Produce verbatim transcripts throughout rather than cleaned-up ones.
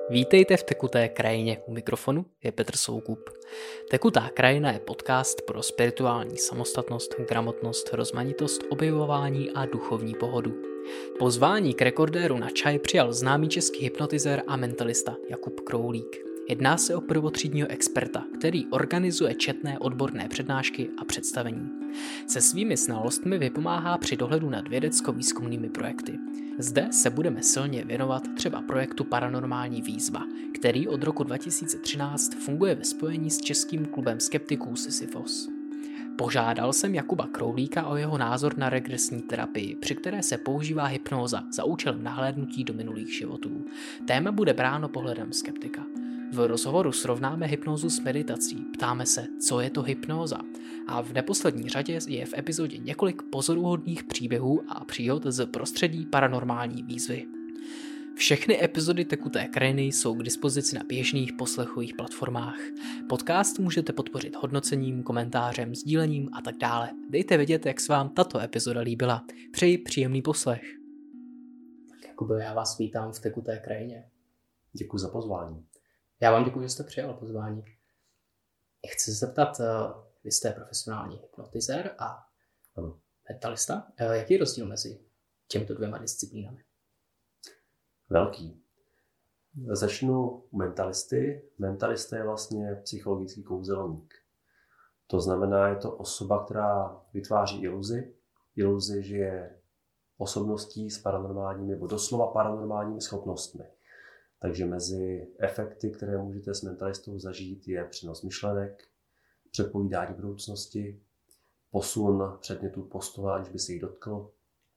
Vítejte v Tekuté krajině, u mikrofonu je Petr Soukup. Tekutá krajina je podcast pro spirituální samostatnost, gramotnost, rozmanitost, objevování a duchovní pohodu. Pozvání k rekordéru na čaj přijal známý český hypnotizér a mentalista Jakub Kroulík. Jedná se o prvotřídního experta, který organizuje četné odborné přednášky a představení. Se svými znalostmi vypomáhá při dohledu nad vědecko-výzkumnými projekty. Zde se budeme silně věnovat třeba projektu Paranormální výzva, který od roku dva tisíce třináct funguje ve spojení s českým klubem skeptiků Sisyfos. Požádal jsem Jakuba Kroulíka o jeho názor na regresní terapii, při které se používá hypnóza za účelem nahlédnutí do minulých životů. Téma bude bráno pohledem skeptika. V rozhovoru srovnáme hypnózu s meditací, ptáme se, co je to hypnóza. A v neposlední řadě je v epizodě několik pozoruhodných příběhů a příhod z prostředí paranormální výzvy. Všechny epizody Tekuté krajiny jsou k dispozici na běžných poslechových platformách. Podcast můžete podpořit hodnocením, komentářem, sdílením a tak dále. Dejte vědět, jak se vám tato epizoda líbila. Přeji příjemný poslech. Tak Jakube, já vás vítám v Tekuté krajině. Děkuji za pozvání. Já vám děkuji, že jste přijal pozvání. Chci se zeptat, vy jste profesionální hypnotizér a ano. mentalista. Jaký je rozdíl mezi těmito dvěma disciplínami? Velký. Začnu u mentalisty. Mentalista je vlastně psychologický kouzelník. To znamená, je to osoba, která vytváří iluzi. Iluzi, že je osobností s paranormálními nebo doslova paranormálními schopnostmi. Takže mezi efekty, které můžete s mentalistou zažít, je přenos myšlenek, předpovídání budoucnosti, posun předmětů postova, aniž by se jich dotkl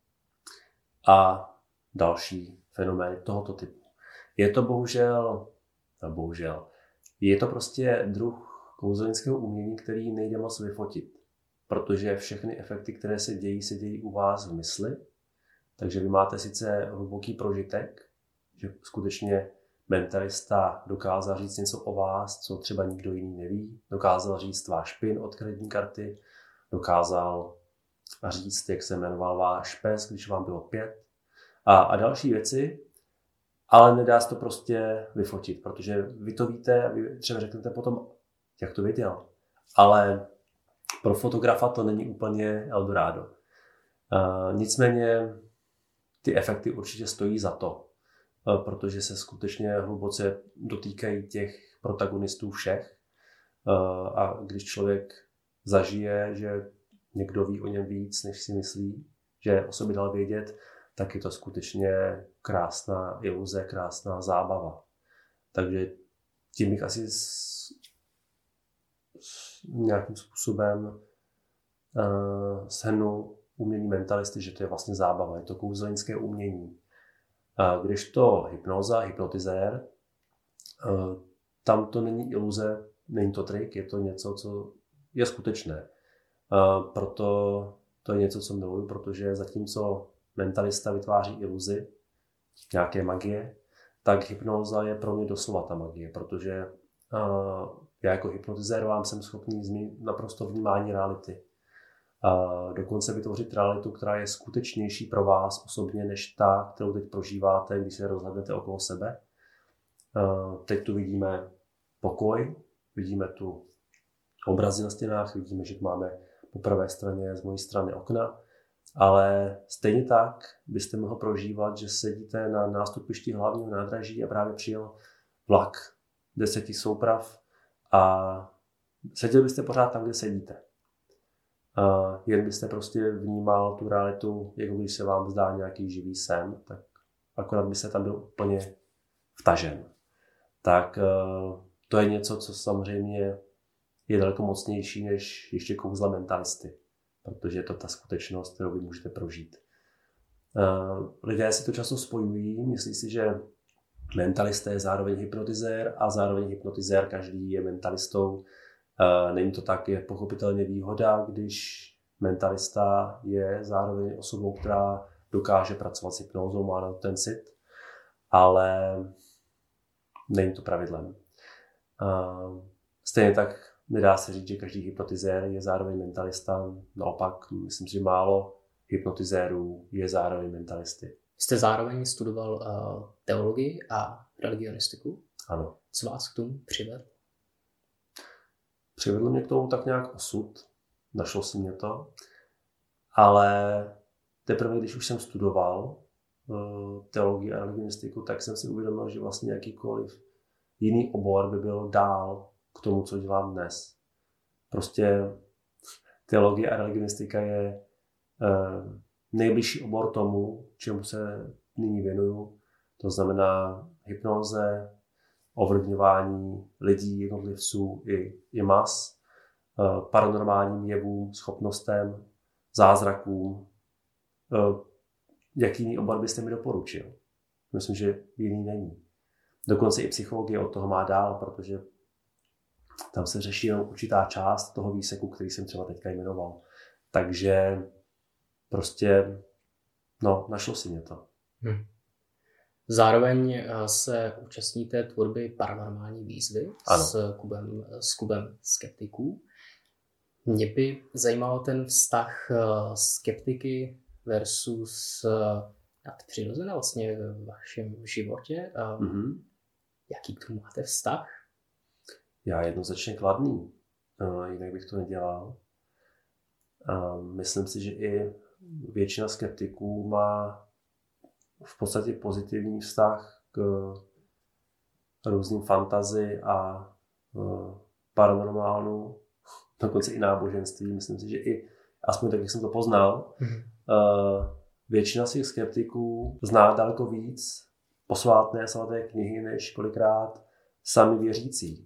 a další fenomény tohoto typu. Je to bohužel, no bohužel, je to prostě druh kouzelnického umění, který nejde moc vyfotit, protože všechny efekty, které se dějí, se dějí u vás v mysli, takže vy máte sice hluboký prožitek, že skutečně mentalista dokázal říct něco o vás, co třeba nikdo jiný neví, dokázal říct váš PIN od kreditní karty, dokázal říct, jak se jmenoval váš pes, když vám bylo pět a, a další věci, ale nedá se to prostě vyfotit, protože vy to víte, vy třeba řeknete potom, jak to věděl, ale pro fotografa to není úplně Eldorado. Uh, nicméně ty efekty určitě stojí za to, protože se skutečně hluboce dotýkají těch protagonistů všech. A když člověk zažije, že někdo ví o něm víc, než si myslí, že o sobě dal vědět, tak je to skutečně krásná iluze, krásná zábava. Takže tím bych asi s, s nějakým způsobem uh, shrnul umění mentalisty, že to je vlastně zábava, je to kouzelnické umění. Když to hypnóza, hypnotizér, tam to není iluze, není to trik, je to něco, co je skutečné. Proto to je něco, co miluji, protože zatímco mentalista vytváří iluzi, nějaké magie, tak hypnóza je pro mě doslova ta magie, protože já jako hypnotizér vám jsem schopný změnit naprosto vnímání reality. A dokonce vytvořit realitu, která je skutečnější pro vás osobně, než ta, kterou teď prožíváte, když se rozhlednete okolo sebe. A teď tu vidíme pokoj, vidíme tu obrazy na stěnách, vidíme, že máme po pravé straně z mojí strany okna, ale stejně tak byste mohl prožívat, že sedíte na nástupišti hlavního nádraží a právě přijel vlak deseti souprav a seděl byste pořád tam, kde sedíte. Uh, jen byste prostě vnímal tu realitu, jako když se vám zdá nějaký živý sen, tak akorát byste tam byl úplně vtažen. Tak uh, to je něco, co samozřejmě je daleko mocnější než ještě kouzla mentalisty, protože je to ta skutečnost, kterou vy můžete prožít. Uh, lidé si to často spojují, myslí si, že mentalista je zároveň hypnotizér a zároveň hypnotizér každý je mentalistou. Uh, není to tak, je pochopitelně výhoda, když mentalista je zároveň osobou, která dokáže pracovat s hypnózou, má na ten cit, ale není to pravidlem. Uh, stejně tak nedá se říct, že každý hypnotizér je zároveň mentalista, naopak myslím, že málo hypnotizérů je zároveň mentalisty. Jste zároveň studoval uh, teologii a religionistiku. Ano. Co vás k tomu přivedl? Přivedl mě k tomu tak nějak osud. Našlo si mě to. Ale teprve, když už jsem studoval uh, teologii a religionistiku, tak jsem si uvědomil, že vlastně jakýkoliv jiný obor by byl dál k tomu, co dělám dnes. Prostě teologie a religionistika je uh, nejbližší obor tomu, čemu se nyní věnuju. To znamená hypnóze, ovlivňování lidí, jednotlivců i, i mas, uh, paranormálním jevům, schopnostem, zázrakům. Uh, jaký jiný obor byste mi doporučil? Myslím, že jiný není. Dokonce i psychologie od toho má dál, protože tam se řeší jenom určitá část toho výseku, který jsem třeba teďka jmenoval. Takže prostě, no, našlo si mě to. Hmm. Zároveň se účastníte tvorby Paranormální výzvy s klubem, s klubem skeptiků. Mě by zajímal ten vztah skeptiky versus nadpřirozené vlastně v vašem životě. Mm-hmm. Jaký k tomu máte vztah? Já jednoznačně kladný, jinak bych to nedělal. Myslím si, že i většina skeptiků má v podstatě pozitivní vztah k různým fantasy a paranormálnu, dokonce i náboženství. Myslím si, že i, aspoň tak, jak jsem to poznal, mm-hmm. většina z těch skeptiků zná daleko víc posvátné svaté knihy, než kolikrát sami věřící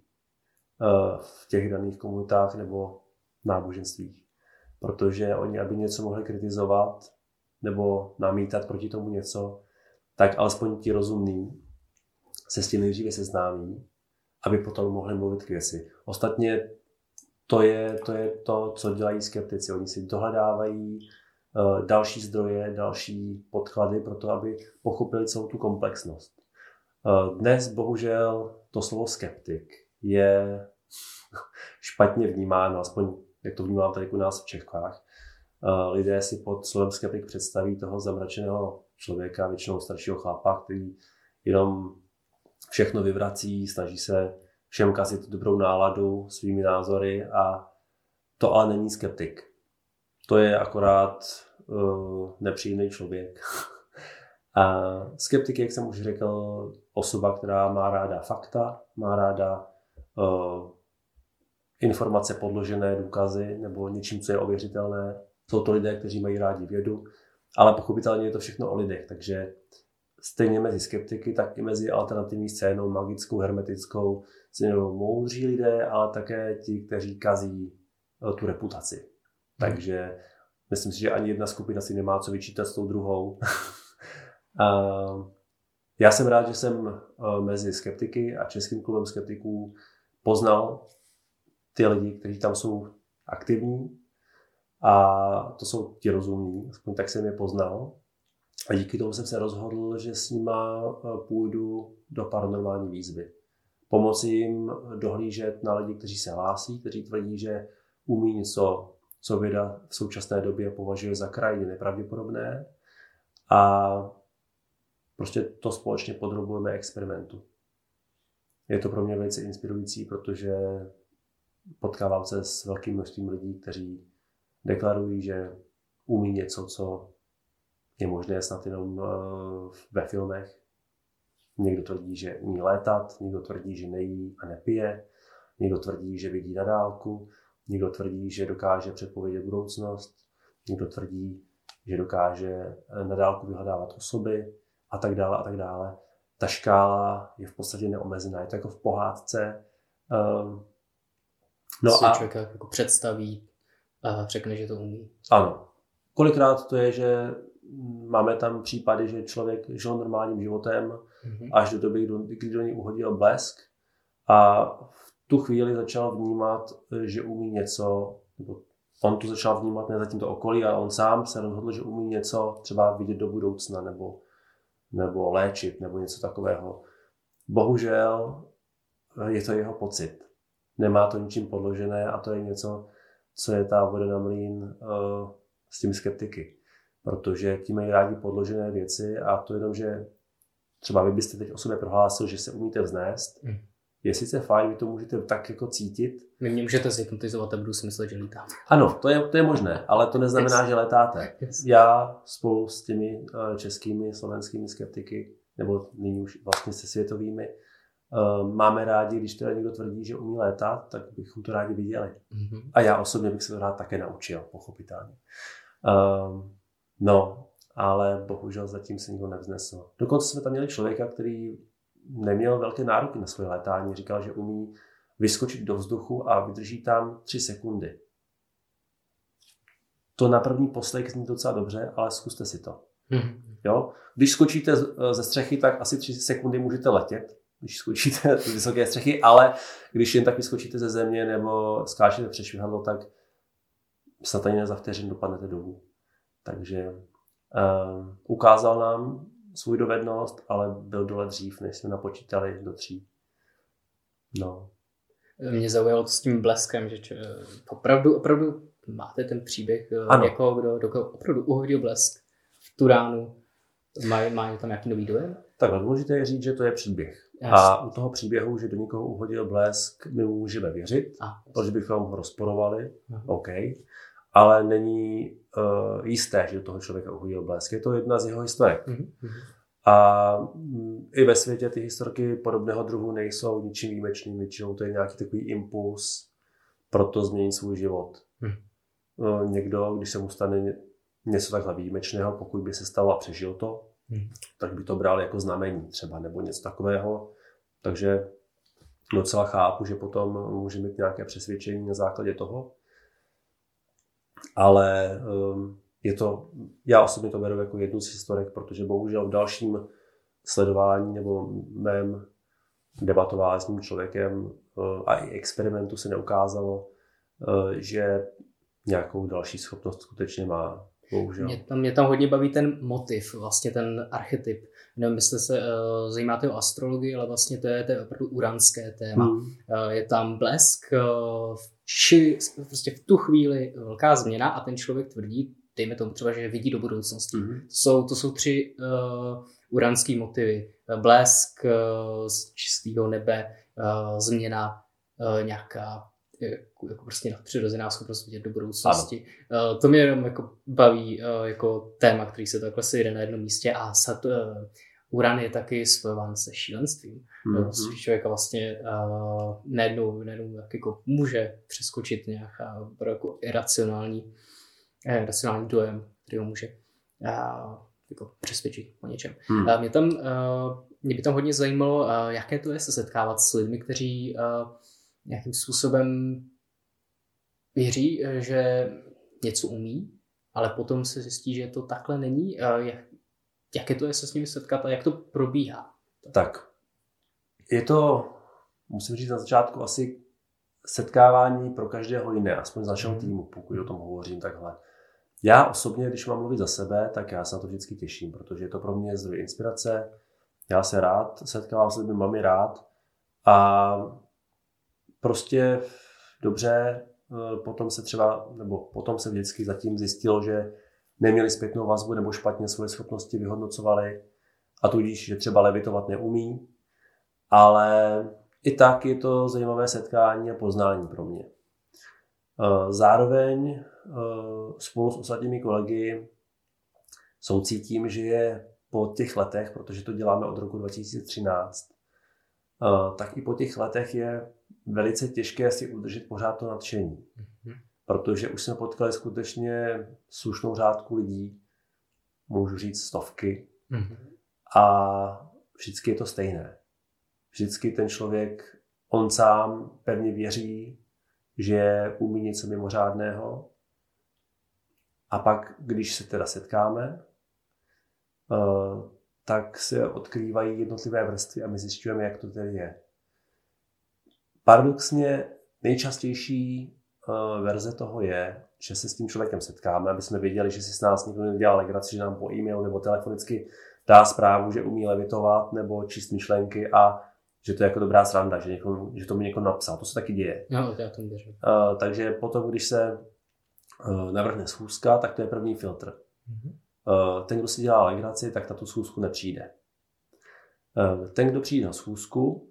v těch daných komunitách nebo náboženstvích. Protože oni, aby něco mohli kritizovat nebo namítat proti tomu něco, tak alespoň ti rozumní se s tím nejdříve seznámí, aby potom mohli mluvit k věci. Ostatně to je, to je to, co dělají skeptici. Oni si dohledávají uh, další zdroje, další podklady pro to, aby pochopili celou tu komplexnost. Uh, dnes bohužel to slovo skeptik je špatně vnímáno, aspoň jak to vnímám tady u nás v Čechách. Uh, lidé si pod slovem skeptik představí toho zamračeného člověka, většinou staršího chlapa, který jenom všechno vyvrací, snaží se všem kazit dobrou náladu svými názory a to ale není skeptik. To je akorát uh, nepříjemný člověk. A skeptik, jak jsem už řekl, osoba, která má ráda fakta, má ráda uh, informace podložené, důkazy nebo něčím, co je ověřitelné. Jsou to lidé, kteří mají rádi vědu, ale pochopitelně je to všechno o lidech, takže stejně mezi skeptiky, tak i mezi alternativní scénou, magickou, hermetickou, jsou moudří lidé, ale také ti, kteří kazí tu reputaci. Hmm. Takže myslím si, že ani jedna skupina si nemá co vyčítat s tou druhou. Já jsem rád, že jsem mezi skeptiky a Českým klubem skeptiků poznal ty lidi, kteří tam jsou aktivní, a to jsou ti rozumní, aspoň tak jsem je poznal. A díky tomu jsem se rozhodl, že s nima půjdu do paranormální výzvy. Pomoci jim dohlížet na lidi, kteří se hlásí, kteří tvrdí, že umí něco, co věda v současné době považuje za krajně nepravděpodobné. A prostě to společně podrobujeme experimentu. Je to pro mě velice inspirující, protože potkávám se s velkým množstvím lidí, kteří deklarují, že umí něco, co je možné snad jenom ve filmech. Někdo tvrdí, že umí létat, někdo tvrdí, že nejí a nepije, někdo tvrdí, že vidí na dálku, někdo tvrdí, že dokáže předpovědět budoucnost, někdo tvrdí, že dokáže na dálku vyhledávat osoby a tak dále a tak dále. Ta škála je v podstatě neomezená, je to jako v pohádce. No si a člověk jako představí a řekne, že to umí. Ano. Kolikrát to je, že máme tam případy, že člověk žil normálním životem mm-hmm. až do doby, kdy do něj uhodil blesk a v tu chvíli začal vnímat, že umí něco, nebo on to začal vnímat ne zatím to okolí, ale on sám se rozhodl, že umí něco třeba vidět do budoucna nebo, nebo léčit nebo něco takového. Bohužel je to jeho pocit. Nemá to ničím podložené a to je něco, co je ta voda na mlýn uh, s těmi skeptiky. Protože ti mají rádi podložené věci a to jenom, že třeba vy byste teď o sobě prohlásil, že se umíte vznést, mm. je sice fajn, vy to můžete tak jako cítit. Vy mě můžete zhypnotizovat a budu si myslet, že lítám. Ano, to je, to je možné, ale to neznamená, yes. že letáte. Yes. Já spolu s těmi českými, slovenskými skeptiky, nebo nyní už vlastně se světovými, máme rádi, když teda někdo tvrdí, že umí létat, tak bychom to rádi viděli. Mm-hmm. A já osobně bych se to rád také naučil, pochopitelně. Um, no, ale bohužel zatím se nikdo nevznesl. Dokonce jsme tam měli člověka, který neměl velké nároky na svoje létání. Říkal, že umí vyskočit do vzduchu a vydrží tam tři sekundy. To na první poslech zní docela dobře, ale zkuste si to. Mm-hmm. Jo? Když skočíte ze střechy, tak asi tři sekundy můžete letět, když skočíte z vysoké střechy, ale když jen tak vyskočíte ze země nebo skáčete přes švihadlo, tak snad ani ne za vteřin dopadnete dolů. Takže um, ukázal nám svou dovednost, ale byl dole dřív, než jsme napočítali do tří. No. Mě zaujalo s tím bleskem, že č- opravdu, opravdu máte ten příběh, ano. Jako kdo, kdo opravdu uhodil blesk v tu ránu. Mají má tam nějaký nový dojem? Tak důležité je říct, že to je příběh. Jasně. A u toho příběhu, že do někoho uhodil blesk, my můžeme věřit, a, protože bychom ho rozporovali, aha. OK. Ale není uh, jisté, že do toho člověka uhodil blesk. Je to jedna z jeho historek. Mm-hmm. A mm, i ve světě ty historky podobného druhu nejsou ničím výjimečným, většinou to je nějaký takový impuls pro to změnit svůj život. Mm. Uh, někdo, když se mu stane něco takhle výjimečného, pokud by se stalo a přežil to, mm. tak by to bral jako znamení třeba, nebo něco takového. Takže docela chápu, že potom může mít nějaké přesvědčení na základě toho. Ale um, je to, já osobně to beru jako jednu z historek, protože bohužel v dalším sledování nebo mém debatování s tím člověkem uh, a i experimentu se neukázalo, uh, že nějakou další schopnost skutečně má. Bohužel. Mě tam, mě tam hodně baví ten motiv, vlastně ten archetyp. Nevím, jestli se uh, zajímáte o astrologii, ale vlastně to je, to je opravdu uranské téma. Hmm. Uh, je tam blesk, uh, či, prostě v tu chvíli velká změna a ten člověk tvrdí, dejme tomu třeba, že vidí do budoucnosti. Hmm. To, jsou, to jsou tři uh, uranský motivy. Blesk uh, z čistého nebe, uh, změna uh, nějaká Jako, jako prostě nadpřirozená schopnost vidět do budoucnosti. Uh, to mě jenom jako baví uh, jako téma, který se takhle sejde na jednom místě a sat, uh, Uran je taky spojován se šílenstvím. Mm-hmm. Uh, člověka vlastně uh, nejednou, nejednou jako může přeskočit nějaká jako iracionální, eh, iracionální dojem, který ho může uh, jako přesvědčit o něčem. Mm. Uh, mě, tam, uh, mě by tam hodně zajímalo, uh, jaké to je se setkávat s lidmi, kteří uh, nějakým způsobem věří, že něco umí, ale potom se zjistí, že to takhle není. Jak, jaké to je se s nimi setkat a jak to probíhá? Tak, je to, musím říct na začátku, asi setkávání pro každého jiné, aspoň z našeho týmu, pokud o tom hovořím takhle. Já osobně, když mám mluvit za sebe, tak já se na to vždycky těším, protože je to pro mě zdroj inspirace. Já se rád setkávám s lidmi, mám je rád a prostě dobře, potom se třeba, nebo potom se vždycky zatím zjistilo, že neměli zpětnou vazbu nebo špatně svoje schopnosti vyhodnocovali a tudíž, že třeba levitovat neumí, ale i tak je to zajímavé setkání a poznání pro mě. Zároveň spolu s ostatními kolegy soucítím, že je po těch letech, protože to děláme od roku dva tisíce třináct, tak i po těch letech je velice těžké si udržet pořád to nadšení. Mm-hmm. Protože už jsme potkali skutečně slušnou řádku lidí, můžu říct stovky, mm-hmm. a vždycky je to stejné. Vždycky ten člověk, on sám pevně věří, že umí něco mimořádného a pak, když se teda setkáme, tak se odkrývají jednotlivé vrstvy a my zjišťujeme, jak to tedy je. Paradoxně nejčastější uh, verze toho je, že se s tím člověkem setkáme, aby jsme věděli, že si s nás nikdo nedělal legraci, že nám po e-mailu nebo telefonicky dá zprávu, že umí levitovat nebo číst myšlenky a že to je jako dobrá sranda, že, někomu, že to mi někoho napsal. To se taky děje. No, já tomu věřím. Uh, takže potom, když se uh, navrhne schůzka, tak to je první filtr. Mm-hmm. Uh, ten, kdo si dělá legraci, tak na tu schůzku nepřijde. Ten, kdo přijde na schůzku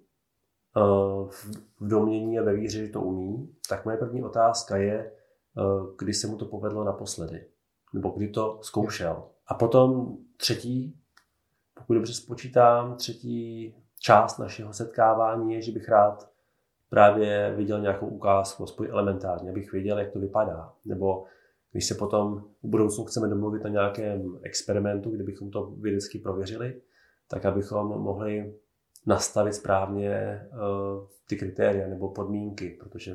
v domnění a ve víře, že to umí, tak moje první otázka je, kdy se mu to povedlo naposledy, nebo kdy to zkoušel. A potom třetí, pokud dobře spočítám, třetí část našeho setkávání je, že bych rád právě viděl nějakou ukázku, aspoň elementárně, abych věděl, jak to vypadá. Nebo když se potom v budoucnu chceme domluvit na nějakém experimentu, kde bychom to vědecky prověřili, tak abychom mohli nastavit správně uh, ty kritéria nebo podmínky, protože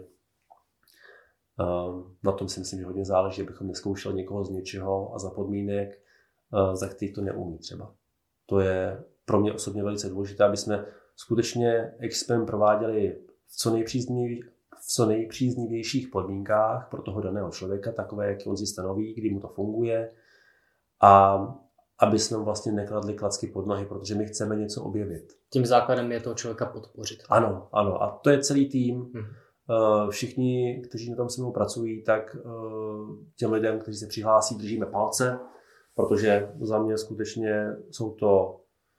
uh, na tom si myslím, že hodně záleží, abychom neskoušeli někoho z něčeho a za podmínek, uh, za kterých to neumí třeba. To je pro mě osobně velice důležité, aby jsme skutečně experiment prováděli v co, nejpříznivější, v co nejpříznivějších podmínkách pro toho daného člověka, takové, jak on si stanoví, kdy mu to funguje, a aby jsme vlastně nekladli klacky pod nohy, protože my chceme něco objevit. Tím základem je toho člověka podpořit. Ano, ano. A to je celý tým. Hmm. Všichni, kteří na tom se mnou pracují, tak těm lidem, kteří se přihlásí, držíme palce, protože za mě skutečně jsou to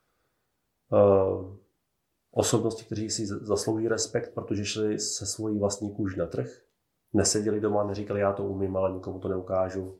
osobnosti, kteří si zaslouží respekt, protože šli se svojí vlastní kůží na trh. Neseděli doma, neříkali, já to umím, ale nikomu to neukážu.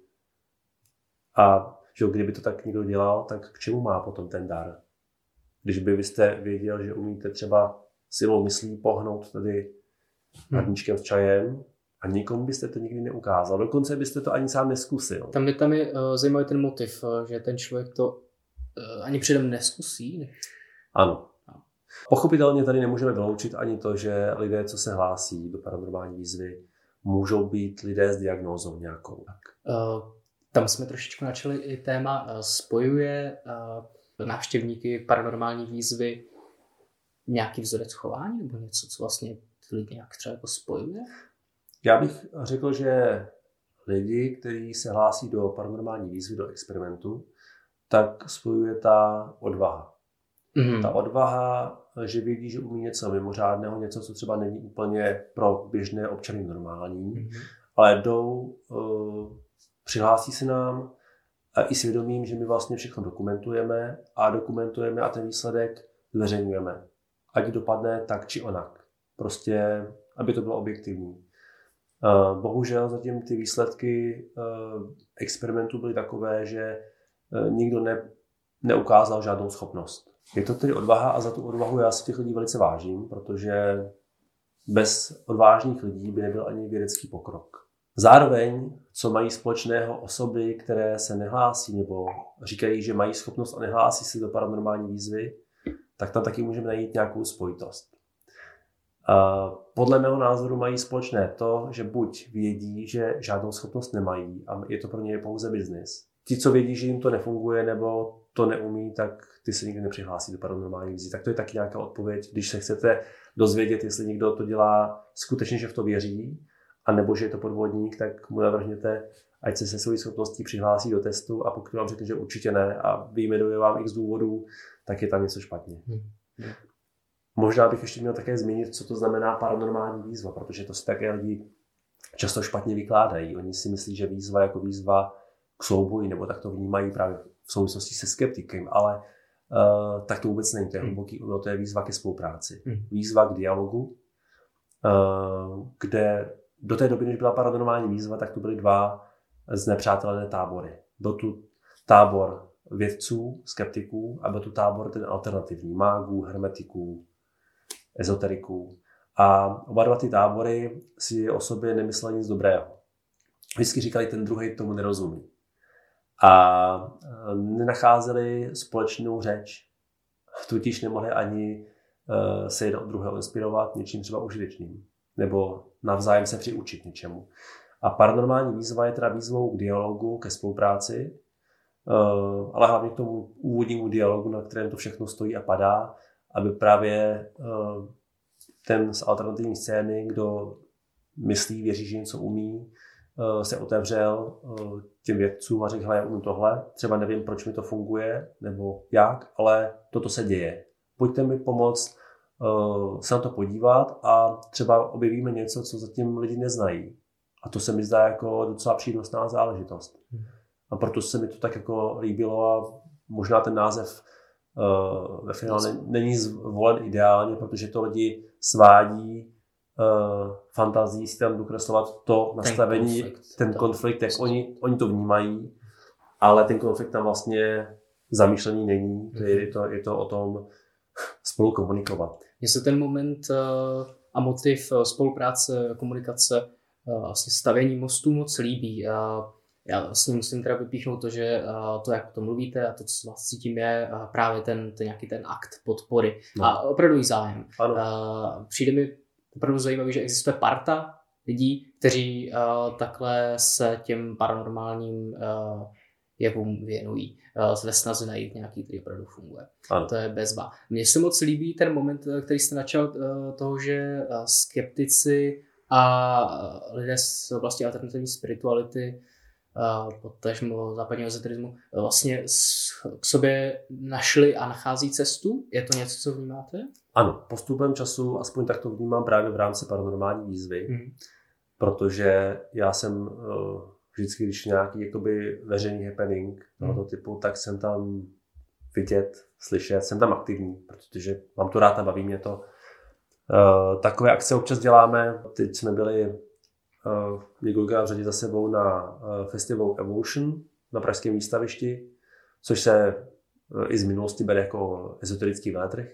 A že kdyby to tak někdo dělal, tak k čemu má potom ten dar? Když by byste věděl, že umíte třeba silou myslí pohnout tady hrníčkem s čajem a nikomu byste to nikdy neukázal. Dokonce byste to ani sám neskusil. Tam je, tam je uh, zajímavý ten motiv, uh, že ten člověk to uh, ani předem neskusí. Než... Ano. Pochopitelně tady nemůžeme vyloučit ani to, že lidé, co se hlásí do paranormální výzvy, můžou být lidé s diagnózou nějakou. Uh, tam jsme trošičku načali i téma, uh, spojuje uh, návštěvníky paranormální výzvy nějaký vzorec chování nebo něco, co vlastně ty lidi nějak třeba jako spojuje? Já bych řekl, že lidi, kteří se hlásí do paranormální výzvy, do experimentu, tak spojuje ta odvaha. Mm. Ta odvaha, že vědí, že umí něco mimořádného, něco, co třeba není úplně pro běžné občany normální, mm. ale jdou, uh, přihlásí se nám a i svědomím, že my vlastně všechno dokumentujeme a dokumentujeme a ten výsledek zveřejňujeme. Ať dopadne tak či onak. Prostě, aby to bylo objektivní. Uh, bohužel zatím ty výsledky uh, experimentů byly takové, že uh, nikdo ne, neukázal žádnou schopnost. Je to tedy odvaha a za tu odvahu já si těch lidí velice vážím, protože bez odvážných lidí by nebyl ani vědecký pokrok. Zároveň, co mají společného osoby, které se nehlásí nebo říkají, že mají schopnost a nehlásí se do paranormální výzvy, tak tam taky můžeme najít nějakou spojitost. Podle mého názoru mají společné to, že buď vědí, že žádnou schopnost nemají a je to pro ně pouze biznis. Ti, co vědí, že jim to nefunguje nebo to neumí, tak ty se nikdy nepřihlásí do paranormální výzvy. Tak to je taky nějaká odpověď, když se chcete dozvědět, jestli někdo to dělá skutečně, že v to věří, anebo že je to podvodník, tak mu navrhněte, ať se se svojí schopností přihlásí do testu, a pokud vám řekne, že určitě ne a vyjmenuje vám x důvodů, tak je tam něco špatně. Hmm. Hmm. Možná bych ještě měl také zmínit, co to znamená paranormální výzva, protože to si také lidi často špatně vykládají. Oni si myslí, že výzva jako výzva k souboji, nebo tak to vnímají právě v souvislosti se skeptikem, ale uh, tak to vůbec není. To je hluboký, no, to je výzva ke spolupráci. Výzva k dialogu, uh, kde do té doby, než byla paranormální výzva, tak tu byly dva znepřátelené tábory. Byl tu tábor vědců, skeptiků a byl tu tábor ten alternativní, mágů, hermetiků, ezoteriků. A oba dva ty tábory si o sobě nemysleli nic dobrého. Vždycky říkali, ten druhý tomu nerozumí. A nenacházeli společnou řeč. Totiž nemohli ani se jeden od druhého inspirovat něčím třeba užitečným. Nebo navzájem se přiučit něčemu. A paranormální výzva je teda výzvou k dialogu, ke spolupráci, ale hlavně k tomu úvodnímu dialogu, na kterém to všechno stojí a padá, aby právě ten z alternativní scény, kdo myslí, věří, že něco umí, se otevřel těm vědcům a řekl, hele, já umím tohle, třeba nevím, proč mi to funguje, nebo jak, ale toto se děje. Pojďte mi pomoct se na to podívat a třeba objevíme něco, co zatím lidi neznají. A to se mi zdá jako docela přínosná záležitost. A proto se mi to tak jako líbilo a možná ten název uh, ve finále není zvolen ideálně, protože to lidi svádí uh, fantazí si tam dokreslovat to ten nastavení, konflikt, ten konflikt, jak oni, oni to vnímají, ale ten konflikt tam vlastně zamýšlený není. Mm-hmm. Je, to, je to o tom spolu komunikovat. Mně se ten moment uh, a motiv uh, spolupráce, komunikace, uh, vlastně stavění mostů moc líbí. Uh, já vlastně musím teda vypíchnout to, že uh, to, jak o tom mluvíte a to, co vás cítím, je uh, právě ten, ten nějaký ten akt podpory no. a opravdový zájem. Uh, přijde mi opravdu zajímavé, že existuje parta lidí, kteří uh, takhle se těm paranormálním uh, jevům věnují uh, ve snaze najít nějaký, který opravdu funguje. Ano. To je bezva. Mně se moc líbí ten moment, který jste načal uh, toho, že uh, skeptici a uh, lidé z oblasti alternativní spirituality uh, potažmo západního ezoterismu uh, vlastně s, k sobě našli a nachází cestu. Je to něco, co vnímáte? Ano, postupem času, aspoň tak to vnímám právě v rámci paranormální výzvy, mm. protože já jsem uh, vždycky, když nějaký jakoby veřejný happening tohoto mm. typu, tak jsem tam vidět, slyšet, jsem tam aktivní, protože mám to rád a baví mě to. Uh, takové akce občas děláme. Teď jsme byli uh, několikrát v řadě za sebou na uh, festivalu Evolution na pražském výstavišti, což se uh, i z minulosti bere jako ezoterický veletrh.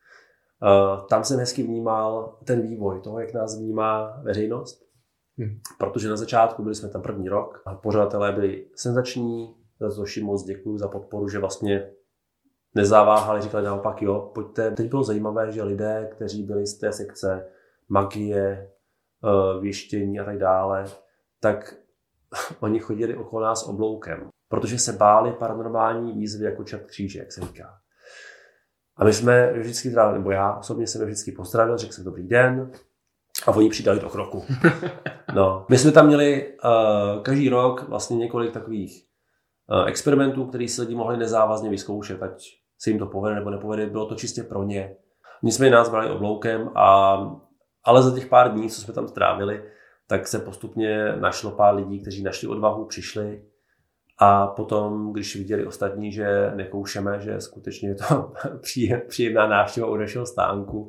Uh, tam jsem hezky vnímal ten vývoj toho, jak nás vnímá veřejnost. Hmm. Protože na začátku byli jsme tam první rok a pořadatelé byli senzační, za to všim moc děkuju za podporu, že vlastně nezaváhali, říkali naopak jo, pojďte. Teď bylo zajímavé, že lidé, kteří byli z té sekce magie, věštění a tak dále, tak oni chodili okolo nás obloukem, protože se báli paranormální výzvy jako čert kříže, jak se říká. A my jsme vždycky, nebo já osobně jsem vždycky pozdravil, řekl jsem dobrý den a oni přidali do kroku. No, my jsme tam měli uh, každý rok vlastně několik takových uh, experimentů, které si lidi mohli nezávazně vyzkoušet, ať se jim to povede nebo nepovede, bylo to čistě pro ně. Nicméně nás brali obloukem, a, ale za těch pár dní, co jsme tam strávili, tak se postupně našlo pár lidí, kteří našli odvahu, přišli. A potom, když viděli ostatní, že nekoušeme, že skutečně je to příjemná návštěva u našeho stánku,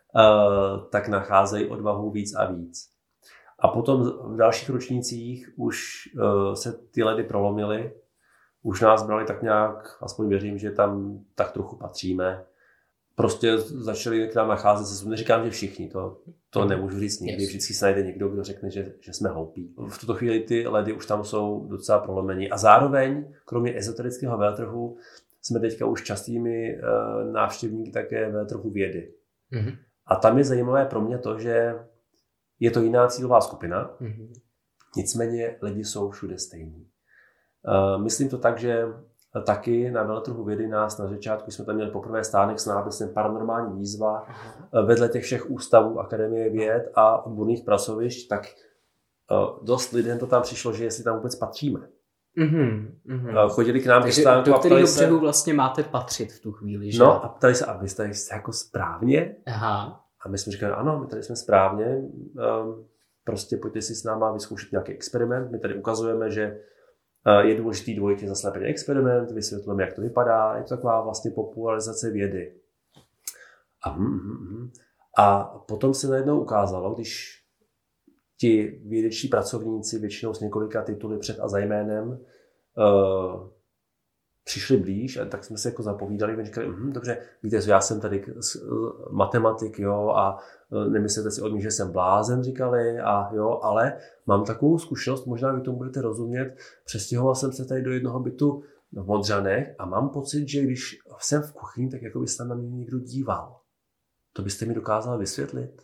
tak nacházejí odvahu víc a víc. A potom v dalších ročnících už se ty ledy prolomily, už nás brali tak nějak, aspoň věřím, že tam tak trochu patříme. Prostě začali k nám nacházet se, neříkám, že všichni, to, to nemůžu říct nikdy, yes. Vždycky se najde někdo, kdo řekne, že, že jsme hloupí. V tuto chvíli ty ledy už tam jsou docela prolomení. A zároveň, kromě ezoterického veletrhu, jsme teďka už častými uh, návštěvníky také veletrhu vědy. Mm-hmm. A tam je zajímavé pro mě to, že je to jiná cílová skupina, mm-hmm. nicméně lidi jsou všude stejní. Uh, myslím to tak, že taky na veletrhu vědy nás na začátku jsme tam měli poprvé stánek s nápisem Paranormální výzva. Aha. Vedle těch všech ústavů Akademie věd a odborných pracovišť, tak uh, dost lidem to tam přišlo, že jestli tam vůbec patříme. Mm-hmm, mm-hmm. Chodili k nám ke stánku do kterého břehu se... vlastně máte patřit v tu chvíli, že? No a ptali se, a vy jste jako správně? Aha. A my jsme říkali, ano, my tady jsme správně. Um, prostě pojďte si s náma vyzkoušet nějaký experiment. My tady ukazujeme, že je důležitý dvojitě zaslepený experiment, vysvětlujeme, jak to vypadá, je to taková vlastně popularizace vědy. A, mm, a potom se najednou ukázalo, když ti vědečtí pracovníci většinou s několika tituly před a za jménem uh, přišli blíž, a tak jsme se jako zapovídali a říkali, hm, dobře, víte, já jsem tady matematik, jo, a nemyslete si od mě, že jsem blázen, říkali, a jo, ale mám takovou zkušenost, možná vy tomu budete rozumět, přestěhoval jsem se tady do jednoho bytu v Modřanech a mám pocit, že když jsem v kuchyni, tak jako by se tam na mě někdo díval. To byste mi dokázal vysvětlit?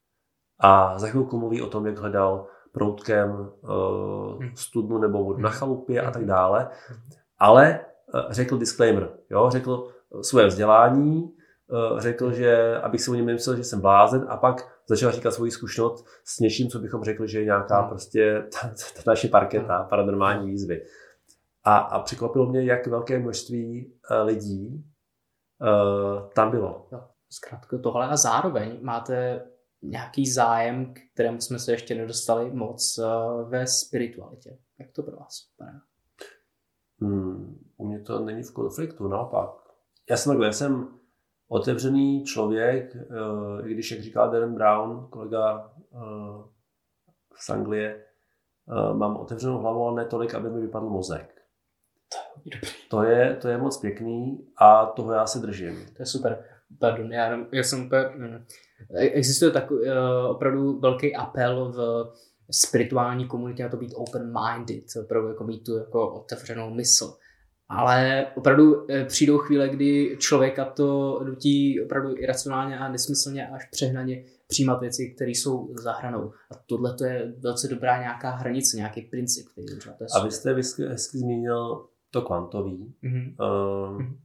A za chvilku mluví o tom, jak hledal proutkem uh, studnu nebo vodu na chalupě a tak dále, ale řekl disclaimer, jo? Řekl svoje vzdělání, řekl, že abych si o něm nemyslel, že jsem blázen, a pak začal říkat svoji zkušenost s něčím, co bychom řekli, že je nějaká hmm. prostě ta, ta naše parketa, hmm. paranormální výzvy. A, a překvapilo mě, jak velké množství uh, lidí uh, tam bylo. No, zkrátka tohle, a zároveň máte nějaký zájem, k kterému jsme se ještě nedostali moc uh, ve spiritualitě. Jak to pro vás vypadá? Hmm, u mě to není v konfliktu, naopak. já jsem takhle, já jsem otevřený člověk, i když, jak říkal Dan Brown, kolega z Anglie, mám otevřenou hlavu, ale ne tolik, aby mi vypadl mozek. To je, to je moc pěkný a toho já se držím. To je super. Pardon, já, já jsem úplně... Existuje takový uh, opravdu velký apel v spirituální komunitě na to být open-minded, opravdu jako mít tu jako otevřenou mysl. Ale opravdu přijdou chvíle, kdy člověka to nutí opravdu iracionálně a nesmyslně až přehnaně přijímat věci, které jsou za hranou. A tohle to je velice dobrá nějaká hranice, nějaký princip, který je třeba. A vy jste hezky, hezky zmínil to kvantový. Mm-hmm. Um,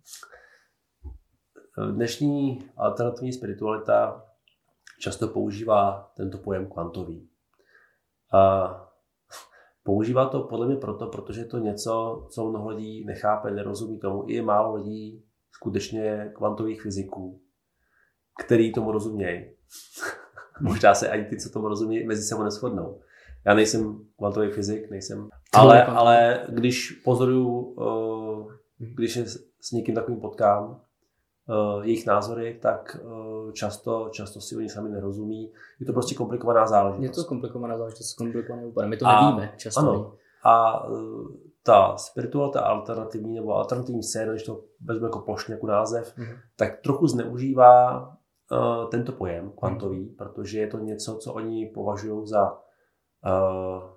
dnešní alternativní spiritualita často používá tento pojem kvantový. A používá to podle mě proto, protože je to něco, co mnoho lidí nechápe, nerozumí tomu. I je málo lidí, skutečně kvantových fyziků, který tomu rozumějí. Možná se ani ty, co tomu rozumí, mezi sebou neshodnou. Já nejsem kvantový fyzik, nejsem, ale, ale když pozoruju, uh, když je s někým takovým potkám, uh, jejich názory, tak uh, často, často si oni sami nerozumí. Je to prostě komplikovaná záležitost. Je to komplikovaná záležitost, komplikovaný úpad. My to a, nevíme často. Ano. A uh, ta spiritualita alternativní nebo alternativní scéna, když to vezmu jako plošně jako název, mm-hmm. tak trochu zneužívá uh, tento pojem kvantový, mm-hmm. protože je to něco, co oni považují za uh,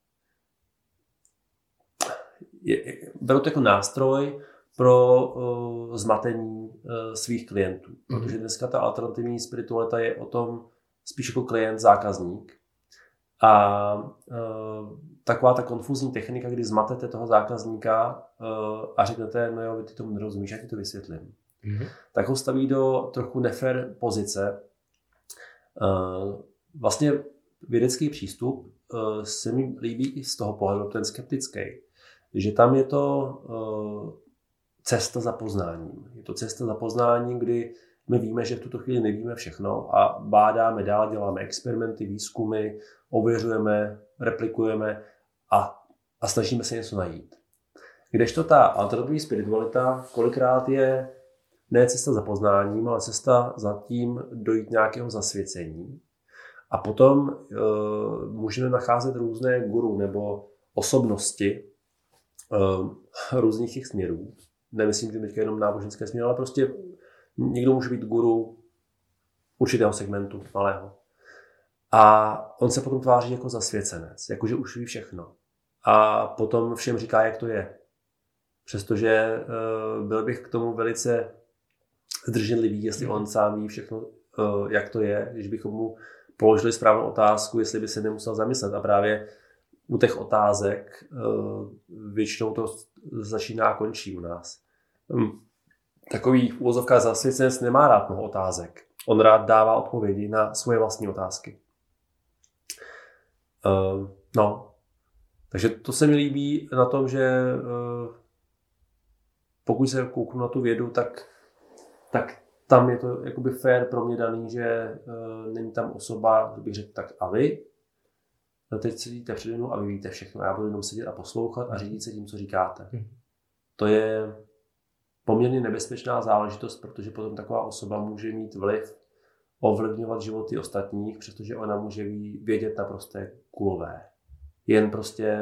je, berou to jako nástroj pro uh, zmatení uh, svých klientů. Mm-hmm. Protože dneska ta alternativní spiritualita je o tom spíš jako klient, zákazník. A uh, taková ta konfuzní technika, kdy zmatete toho zákazníka uh, a řeknete, no jo, ty tomu nerozumíš, já ti to vysvětlím. Mm-hmm. Tak ho staví do trochu nefér pozice. Uh, vlastně vědecký přístup uh, se mi líbí i z toho pohledu, ten skeptický, že tam je to uh, cesta za poznáním. Je to cesta za poznáním, kdy my víme, že v tuto chvíli nevíme všechno a bádáme dál, děláme experimenty, výzkumy, ověřujeme, replikujeme a, a snažíme se něco najít. Kdežto ta alternativní spiritualita kolikrát je ne cesta za poznáním, ale cesta za tím dojít nějakého zasvěcení. A potom e, můžeme nacházet různé guru nebo osobnosti e, různých těch směrů. Nemyslím, že teďka jenom náboženské směry, ale prostě někdo může být guru určitého segmentu, malého. A on se potom tváří jako zasvěcenec, jakože už ví všechno. A potom všem říká, jak to je. Přestože uh, byl bych k tomu velice zdrženlivý, jestli on sám ví všechno, uh, jak to je, když bychom mu položili správnou otázku, jestli by se nemusel zamyslet. A právě u těch otázek uh, většinou to začíná a končí u nás. Um, Takový uvozovka zasvěcenec nemá rád mnoho otázek. On rád dává odpovědi na svoje vlastní otázky. Uh, no. Takže to se mi líbí na tom, že uh, pokud se kouknu na tu vědu, tak, tak tam je to jakoby fair pro mě daný, že uh, není tam osoba, že bych řekl tak a vy, no teď sedíte přede mnou a vy víte všechno. Já budu jenom sedět a poslouchat a řídit se tím, co říkáte. Hmm. To je poměrně nebezpečná záležitost, protože potom taková osoba může mít vliv ovlivňovat životy ostatních, přestože ona může vědět naprosto kulové. Jen prostě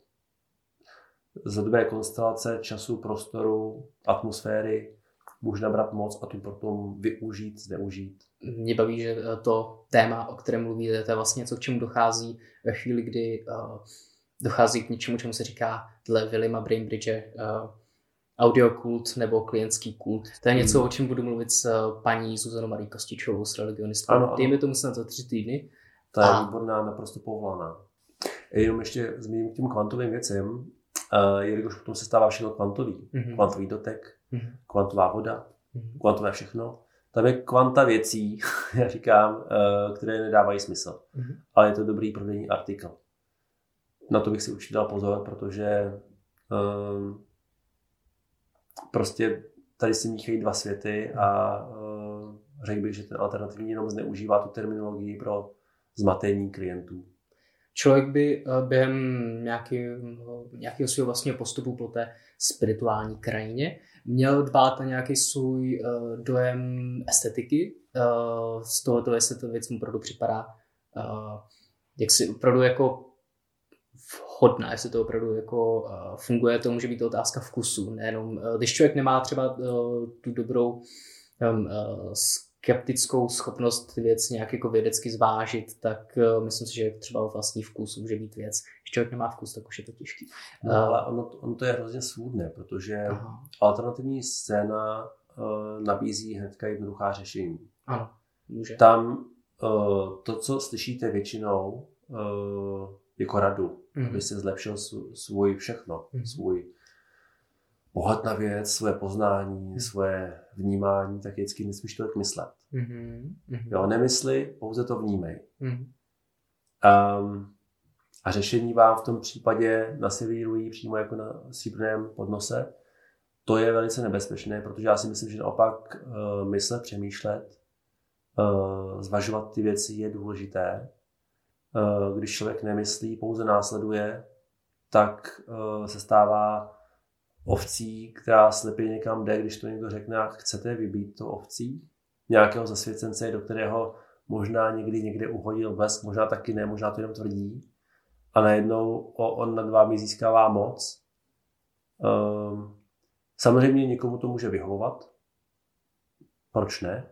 za dobré konstelace času, prostoru, atmosféry může nabrat moc a tu potom využít, zneužít. Mě baví, že to téma, o kterém mluvíte, to je vlastně něco, k čemu dochází ve chvíli, kdy uh, dochází k něčemu, čemu se říká dle Williama Bainbridge uh, audiokult nebo klientský kult. To je něco, hmm. o čem budu mluvit s paní Zuzanou Marí Kostičovou, s religionistkou. Dejme tomu snad za tři týdny. Ta je a... výborná, naprosto povolaná. Jenom ještě zmíním k těm kvantovým věcem, uh, jelikož potom se stává všechno kvantový. Mm-hmm. Kvantový dotek, mm-hmm. kvantová voda, mm-hmm. kvantové všechno. Tam je kvanta věcí, já říkám, uh, které nedávají smysl. Mm-hmm. Ale je to dobrý prodejní artikl. Na to bych si určitě dal pozor, protože um, prostě tady si míchají dva světy a uh, řekl bych, že ten alternativní jenom zneužívá tu terminologii pro zmatení klientů. člověk by během nějakého, nějakého svého vlastního postupu po té spirituální krajině měl dbát na nějaký svůj uh, dojem estetiky. Uh, z tohoto, jestli to věc mu opravdu připadá uh, jak si opravdu jako vhodná, jestli to opravdu jako uh, funguje, to může být to otázka vkusu. Nejenom, uh, když člověk nemá třeba uh, tu dobrou um, uh, skeptickou schopnost ty věc nějak jako vědecky zvážit, tak uh, myslím si, že třeba vlastní vkus může být věc. Když člověk nemá vkus, tak už je to těžký. No, ale ono, ono to je hrozně svůdné, protože Aha. alternativní scéna uh, nabízí hnedka jednoduchá řešení. Ano, může. Tam uh, to, co slyšíte většinou uh, jako radu, mm. aby se zlepšil svůj všechno, mm. svůj pohled na věc, svoje poznání, mm. svoje vnímání, tak vždycky nesmíš to tak myslet. Mm. Jo, nemysli, pouze to vnímej. Mm. Um, a řešení vám v tom případě naservírují přímo jako na stříbrném podnose. To je velice nebezpečné, protože já si myslím, že naopak uh, myslet, přemýšlet, uh, zvažovat ty věci je důležité. Uh, když člověk nemyslí, pouze následuje, tak uh, se stává ovcí, která slepě někam jde, když to někdo řekne, a chcete vybít to ovcí nějakého zasvěcence, do kterého možná někdy někde uhodil blesk, možná taky ne, možná to jenom tvrdí. A najednou on nad vámi získává moc. Um, samozřejmě někomu to může vyhovovat. Proč ne?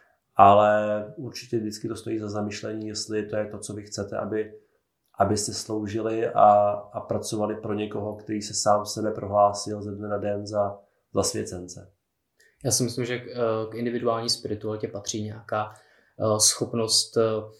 Ale určitě vždycky to stojí za zamyšlení, jestli to je to, co vy chcete, aby, abyste sloužili a, a pracovali pro někoho, který se sám sebe prohlásil ze dne na den za zasvěcence. Já si myslím, že k individuální spiritualitě patří nějaká schopnost,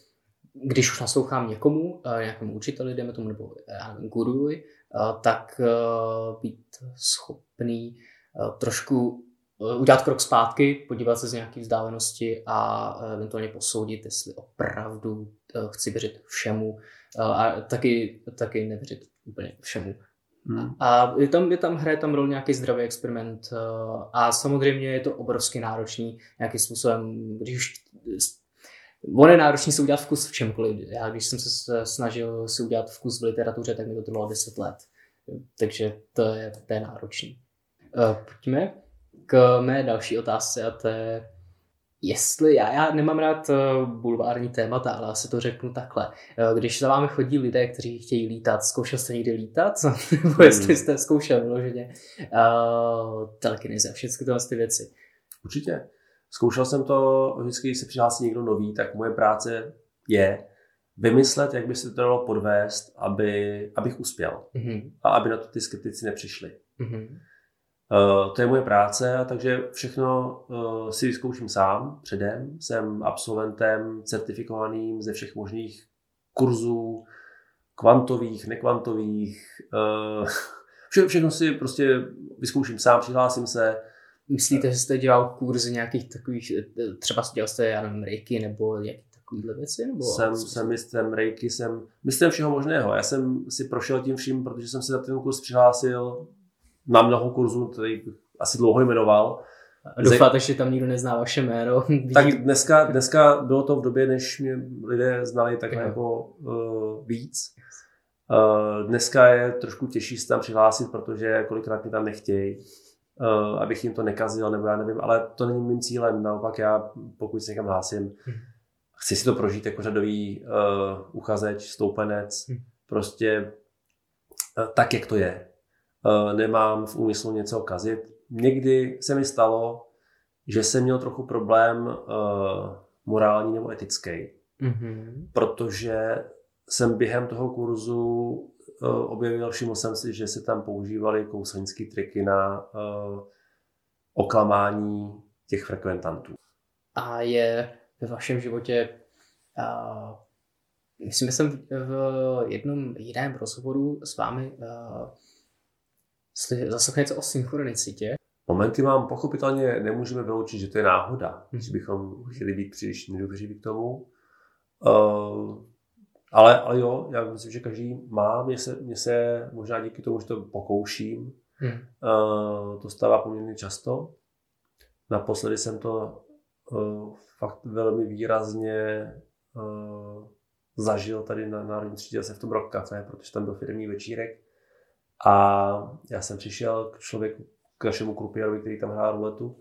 když už naslouchám někomu, nějakému učiteli, jdeme tomu, nebo guruji, tak být schopný trošku udělat krok zpátky, podívat se z nějaké vzdálenosti a eventuálně posoudit, jestli opravdu chci věřit všemu a taky, taky nevěřit úplně všemu. Hmm. A je tam, je tam hraje tam roli nějaký zdravý experiment a samozřejmě je to obrovsky náročný nějakým způsobem, když už on je náročný si udělat vkus v čemkoliv. Já když jsem se snažil si udělat vkus v literatuře, tak mi to trvalo deset let. Takže to je, to je náročný. Pojďme k mé další otázce a to je, jestli, já, já nemám rád bulvární témata, ale asi to řeknu takhle. Když za vámi chodí lidé, kteří chtějí lítat, zkoušel jste někdy lítat? Nebo jestli jste zkoušel vyloženě uh, telekinézi a všechny tyhle ty věci? Určitě. Zkoušel jsem to, vždycky, když se přihlásí někdo nový, tak moje práce je vymyslet, jak by se to dalo podvést, aby, abych uspěl. Mm-hmm. A aby na to ty skeptici nepřišli. Mm-hmm. Uh, to je moje práce, takže všechno uh, si vyzkouším sám předem. Jsem absolventem certifikovaným ze všech možných kurzů, kvantových, nekvantových. Uh, vše, všechno si prostě vyzkouším sám, přihlásím se. Myslíte, že jste dělal kurzy nějakých takových, třeba dělal jste, já nevím, reiki nebo jaký takovýhle věci? Nebo jsem, jsem mistrem reiki, jsem mistrem všeho možného. Já jsem si prošel tím vším, protože jsem se na ten kurz přihlásil na mnoho kurzů, který asi dlouho jmenoval. A doufáte, že tam nikdo nezná vaše jméno? Tak dneska, dneska bylo to v době, než mě lidé znali takhle jako uh, víc. Uh, dneska je trošku těžší se tam přihlásit, protože kolikrát mě tam nechtějí, uh, abych jim to nekazil, nebo já nevím, ale to není mým cílem. Naopak já, pokud se někam hlásím, chci si to prožít jako řadový uh, uchazeč, stoupenec, prostě uh, tak, jak to je. Uh, nemám v úmyslu něco kazit. Někdy se mi stalo, že jsem měl trochu problém uh, morální nebo etický, mm-hmm. protože jsem během toho kurzu uh, objevil, všiml jsem si, že se tam používaly kouzelnické triky na uh, oklamání těch frekventantů. A je ve vašem životě, uh, myslím, že jsem v jednom jiném rozhovoru s vámi uh, zaslechl něco o synchronicitě. Momenty mám pochopitelně, nemůžeme vyloučit, že to je náhoda, hmm. že bychom chtěli být příliš nedobří k tomu. Uh, ale, ale jo, já myslím, že každý má, mně se, mně se možná díky tomu, že to pokouším, hmm. uh, to stává poměrně často. Naposledy jsem to uh, fakt velmi výrazně uh, zažil tady na Národní třídě se v tom Rock Café, protože tam byl firmní večírek. A já jsem přišel k člověku, k našemu krupierovi, který tam hrál ruletu.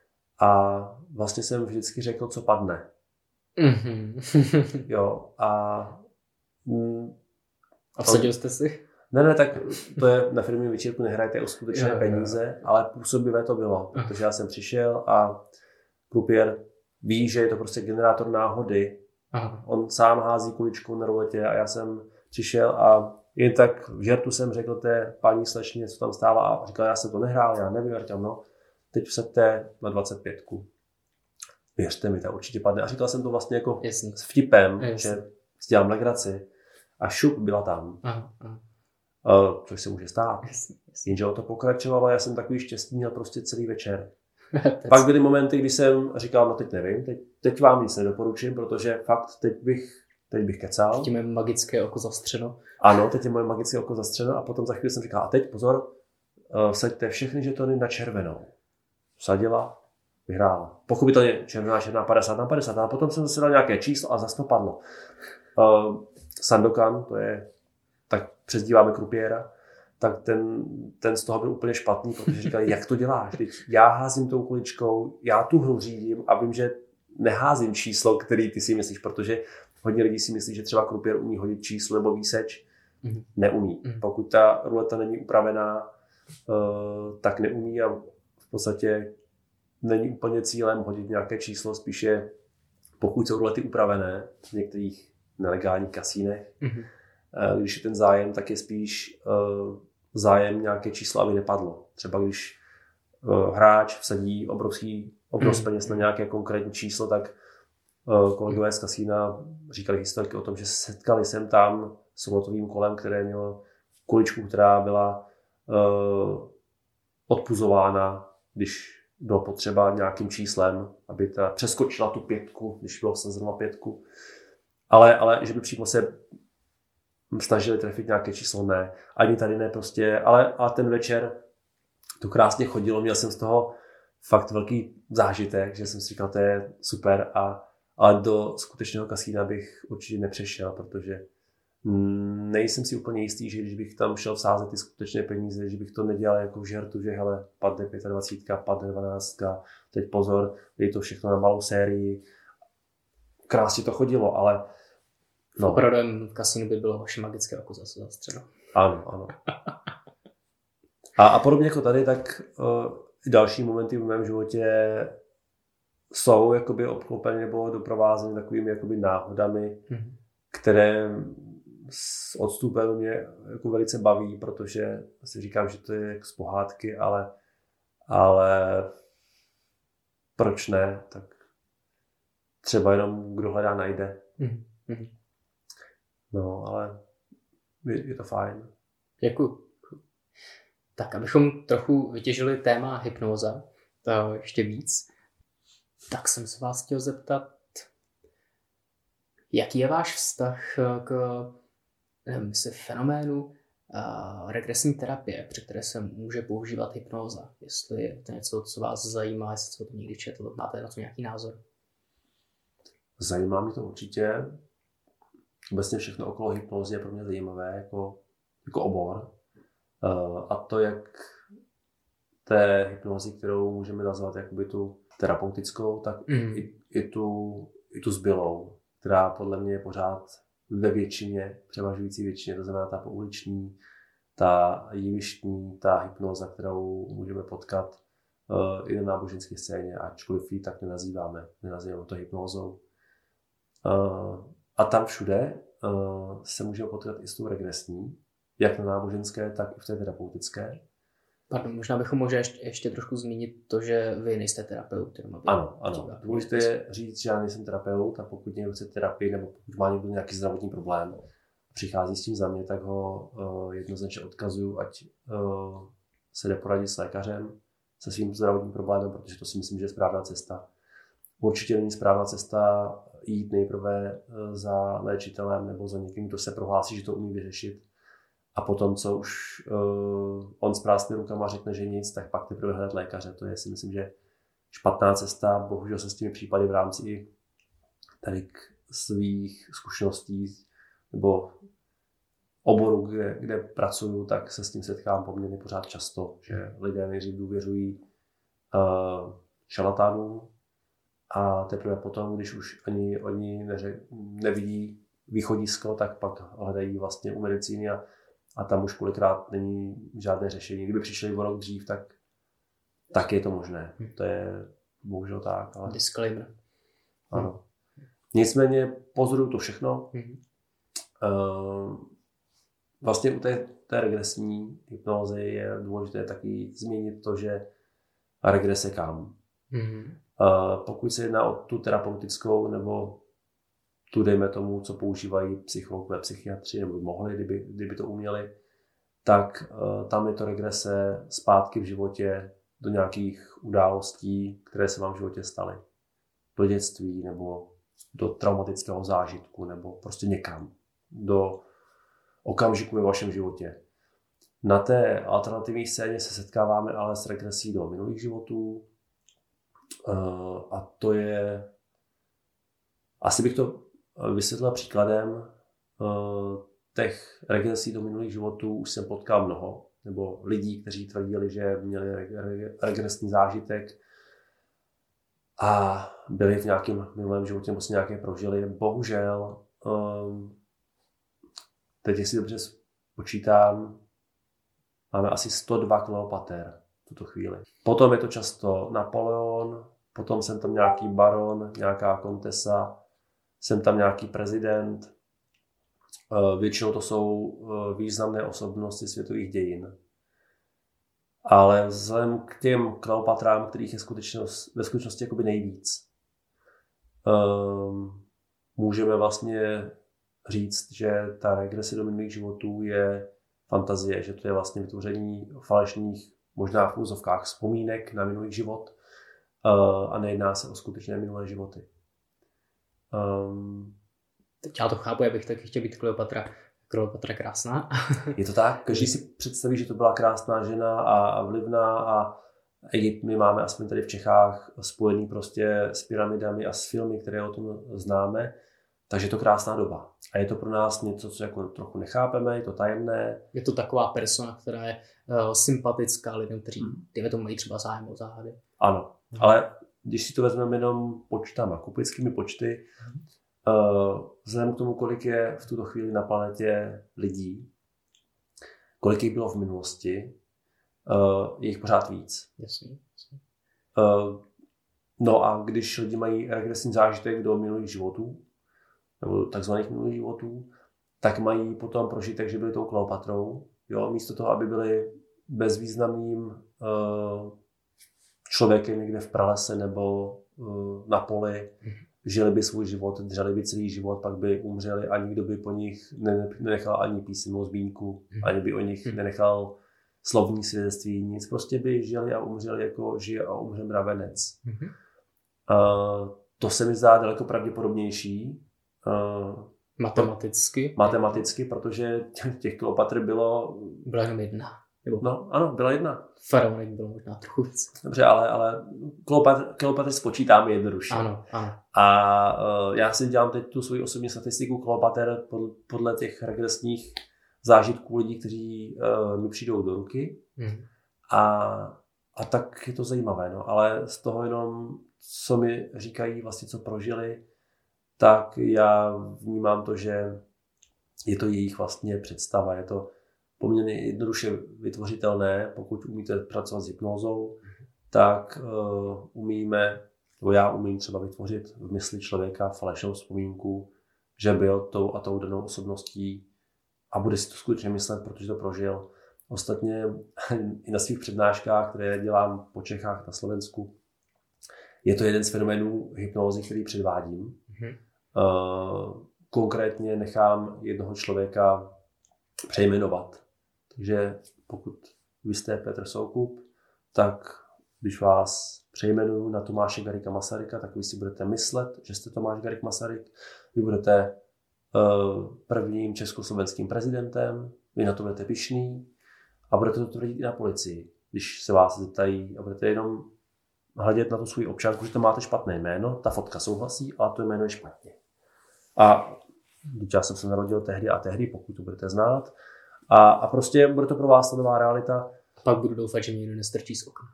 A vlastně jsem vždycky řekl, co padne. Mm-hmm. Jo, a... Mm, a vsadil jste si? Ne, ne, tak to je na firmní večírku, nehrajte o skutečné jo, peníze, jo. Ale působivé to bylo, protože já jsem přišel a krupier ví, že je to prostě generátor náhody. Aha. On sám hází kuličku na ruletě a já jsem přišel a jen tak v žertu jsem řekl té paní slečně, co tam stála a říkal, já jsem to nehrál, já nevím, říkám, no, teď vsaďte na dvacet pět. Věřte mi, ta určitě padne. A říkal jsem to vlastně jako Jasný. s vtipem, Jasný. že si dělám legraci a šup byla tam. Aha, aha. Uh, což se může stát. Jasný, jasný. Jenže o to pokračovalo, já jsem takový štěstí měl prostě celý večer. Pak byly momenty, kdy jsem říkal, no teď nevím, teď, teď vám nic nedoporučím, protože fakt teď bych, teď bych kecal. Teď je magické oko zastřeno. Ano, teď je moje magické oko zastřeno a potom za chvíli jsem říkal, a teď pozor, uh, vsaďte všechny žetony na červenou. Vsadila, vyhrála. Pochopitelně červená, červená, padesát na padesát, a potom jsem zase dal nějaké číslo a zase to padlo. Uh, Sandokan, to je, tak přezdíváme krupiéra, tak ten, ten z toho byl úplně špatný, protože říkali, jak to děláš? Teď já házím tou kuličkou, já tu hru řídím a vím, že neházím číslo, který ty si myslíš, protože hodně lidí si myslí, že třeba krupiér umí hodit číslo nebo výseč. Mm-hmm. Neumí. Mm-hmm. Pokud ta ruleta není upravená, uh, tak neumí a v podstatě není úplně cílem hodit nějaké číslo, spíše pokud jsou rulety upravené v některých nelegálních kasínech, mm-hmm. když je ten zájem, tak je spíš uh, zájem nějaké číslo, aby nepadlo. Třeba když uh, hráč vsadí obrovský obrovský mm-hmm. peněz na nějaké konkrétní číslo, tak uh, kolegové z kasína říkali historky o tom, že setkali jsem tam s lotovým kolem, které mělo kuličku, která byla uh, odpuzována, když bylo potřeba nějakým číslem, aby ta přeskočila tu pětku, když bylo sazeno pětku. Ale, ale že by přímo se snažili trefit nějaké číslo, ne. Ani tady ne prostě, ale, ale ten večer to krásně chodilo, měl jsem z toho fakt velký zážitek, že jsem si říkal, to je super, a, ale do skutečného kasína bych určitě nepřešel, protože nejsem si úplně jistý, že když bych tam šel vsázet ty skutečné peníze, že bych to nedělal jako v žertu, že hele, padne dvacet pět, padne dvanáct, teď pozor, dej to všechno na malou sérii. Krásně to chodilo, ale no. V opravdovém kasínu by bylo vaše magické oko zase zastřeno. Ano, ano. A, a podobně jako tady, tak uh, další momenty v mém životě jsou jakoby obklopeny nebo doprovázeny takovými jakoby náhodami, mm-hmm. které s odstupem mě jako velice baví, protože si říkám, že to je jak z pohádky, ale, ale proč ne, tak třeba jenom kdo hledá, najde. Mm-hmm. No, ale je, je to fajn. Děkuji. Tak, abychom trochu vytěžili téma hypnóza, to ještě víc, tak jsem se vás chtěl zeptat, jaký je váš vztah k nevím, jestli fenoménu uh, regresní terapie, při které se může používat hypnóza? Jestli je to něco, co vás zajímá, jestli jste to někdy četl, máte na to nějaký názor? Zajímá mě to určitě. Obecně všechno okolo hypnózy je pro mě zajímavé jako, jako obor. Uh, a to jak té hypnózy, kterou můžeme nazvat jakoby tu terapeutickou, tak mm. i, i, tu, i tu zbylou, která podle mě je pořád ve většině, převažující většině, to znamená ta pouliční, ta jevištní, ta hypnóza, kterou můžeme potkat uh, i na náboženské scéně, ačkoliv ji tak nenazýváme, nenazýváme to hypnózou. Uh, a tam všude uh, se můžeme potkat i s tou regresní, jak na náboženské, tak i v té terapeutické. Pardon, možná bychom mohli ještě, ještě trošku zmínit to, že vy nejste terapeut. Ano, ano. Důležité je říct, že já nejsem terapeut, a pokud někdo chce terapii nebo pokud má někdo nějaký zdravotní problém a přichází s tím za mě, tak ho uh, jednoznačně odkazuju, ať uh, se jde poradit s lékařem se svým zdravotním problémem, protože to si myslím, že je správná cesta. Určitě není správná cesta jít nejprve uh, za léčitelem nebo za někým, kdo se prohlásí, že to umí vyřešit. A potom, co už uh, on s prázdnými rukama řekne, že nic, tak pak teprve hledat lékaře. To je si myslím, že špatná cesta. Bohužel se s těmi případy v rámci tady svých zkušeností nebo oboru, kde, kde pracuju, tak se s tím setkám poměrně pořád často, že lidé nejdřív důvěřují uh, šarlatánům a teprve potom, když už ani oni neře, nevidí východisko, tak pak hledají vlastně u medicíny a, a tam už kolikrát není žádné řešení. Kdyby přišli o rok dřív, tak, tak je to možné. Hmm. To je bohužel tak. Ale... Disclaimer. Ano. Nicméně pozoruju to všechno. Hmm. Uh, vlastně u té, té regresní hypnózy je důležité taky změnit to, že regrese kam. Hmm. Uh, pokud se jedná o tu terapeutickou nebo tu, dejme tomu, co používají psychologové, psychiatři, nebo by mohli, kdyby, kdyby to uměli, tak uh, tam je to regrese zpátky v životě do nějakých událostí, které se vám v životě staly. Do dětství, nebo do traumatického zážitku, nebo prostě někam. Do okamžiku ve vašem životě. Na té alternativní scéně se setkáváme ale s regresí do minulých životů. Uh, a to je... Asi bych to vysvětlil příkladem. Uh, těch regresí do minulých životů už jsem potkal mnoho. Nebo lidí, kteří tvrdili, že měli regresní zážitek a byli v nějakém minulém životě, nebo si nějaké prožili. Bohužel, um, teď si dobře počítám, máme asi sto dva Kleopater v tuto chvíli. Potom je to často Napoleon, potom jsem tam nějaký baron, nějaká kontesa, jsem tam nějaký prezident. Většinou to jsou významné osobnosti světových dějin. Ale vzhledem k těm Kleopatrám, kterých je ve skutečnosti jakoby nejvíc, um, můžeme vlastně říct, že ta regrese do minulých životů je fantazie, že to je vlastně vytvoření falešných, možná v úzovkách vzpomínek na minulý život uh, a nejedná se o skutečné minulé životy. Um, Teď já to chápu, já bych taky chtěl být Kleopatra. Kleopatra krásná. Je to tak? Každý si představí, že to byla krásná žena a, a vlivná a Egypt my máme aspoň tady v Čechách spojený prostě s pyramidami a s filmy, které o tom známe. Takže je to krásná doba. A je to pro nás něco, co jako trochu nechápeme, je to tajemné. Je to taková persona, která je uh, sympatická lidem, kteří dejme tomu mají třeba zájem o záhady. Ano, hmm. ale když si to vezmeme jenom počtama, kuplickými počty, hmm. uh, vzhledem k tomu, kolik je v tuto chvíli na planetě lidí, kolik jich bylo v minulosti, uh, je jich pořád víc. Jasně. jasně. Uh, no a když lidi mají regresní zážitek do minulých životů, nebo takzvaných minulých životů, tak mají potom prožitek, že byli tou Kleopatrou. Jo? Místo toho, aby byli bezvýznamným uh, člověkem někde v pralese nebo uh, na poli, žili by svůj život, dřeli by celý život, pak by umřeli a nikdo by po nich nenechal ani písemnou zmínku, ani by o nich nenechal slovní svědectví, nic. Prostě by žili a umřeli jako žije a umře mravenec. Uh, to se mi zdá daleko pravděpodobnější, Uh, matematicky. Matematicky, protože těch Kleopatr bylo... Byla jenom jedna. Nebo... No, ano, byla jedna. Faraonek bylo možná trochu víc. Dobře, ale, ale Kleopatr, Kleopatr spočítáme jednoduše. Ano, ano. A uh, já si dělám teď tu svoji osobní statistiku Kleopatr pod, podle těch regresních zážitků lidí, kteří uh, mi přijdou do ruky. Hmm. A, a tak je to zajímavé, no. Ale z toho jenom, co mi říkají, vlastně co prožili, tak já vnímám to, že je to jejich vlastně představa. Je to poměrně jednoduše vytvořitelné, pokud umíte pracovat s hypnózou, tak uh, umíme, nebo já umím třeba vytvořit v mysli člověka falešnou vzpomínku, že byl tou a tou danou osobností a bude si to skutečně myslet, protože to prožil. Ostatně i na svých přednáškách, které dělám po Čechách na Slovensku, je to jeden z fenoménů hypnózy, který předvádím. Mm-hmm. Uh, konkrétně nechám jednoho člověka přejmenovat. Takže pokud vy jste Petr Soukup, tak když vás přejmenuju na Tomáše Garrigua Masaryka, tak vy si budete myslet, že jste Tomáš Garrigue Masaryk, vy budete uh, prvním československým prezidentem, vy na to budete pyšný a budete to tvrdit i na policii, když se vás zeptají a budete jenom hledět na tu svou občanku, že to máte špatné jméno, ta fotka souhlasí, ale to jméno je špatně. A já jsem se narodil tehdy a tehdy, pokud to budete znát. A, a prostě bude to pro vás nová realita. Pak budu doufat, že mě někdo nestrčí z okna.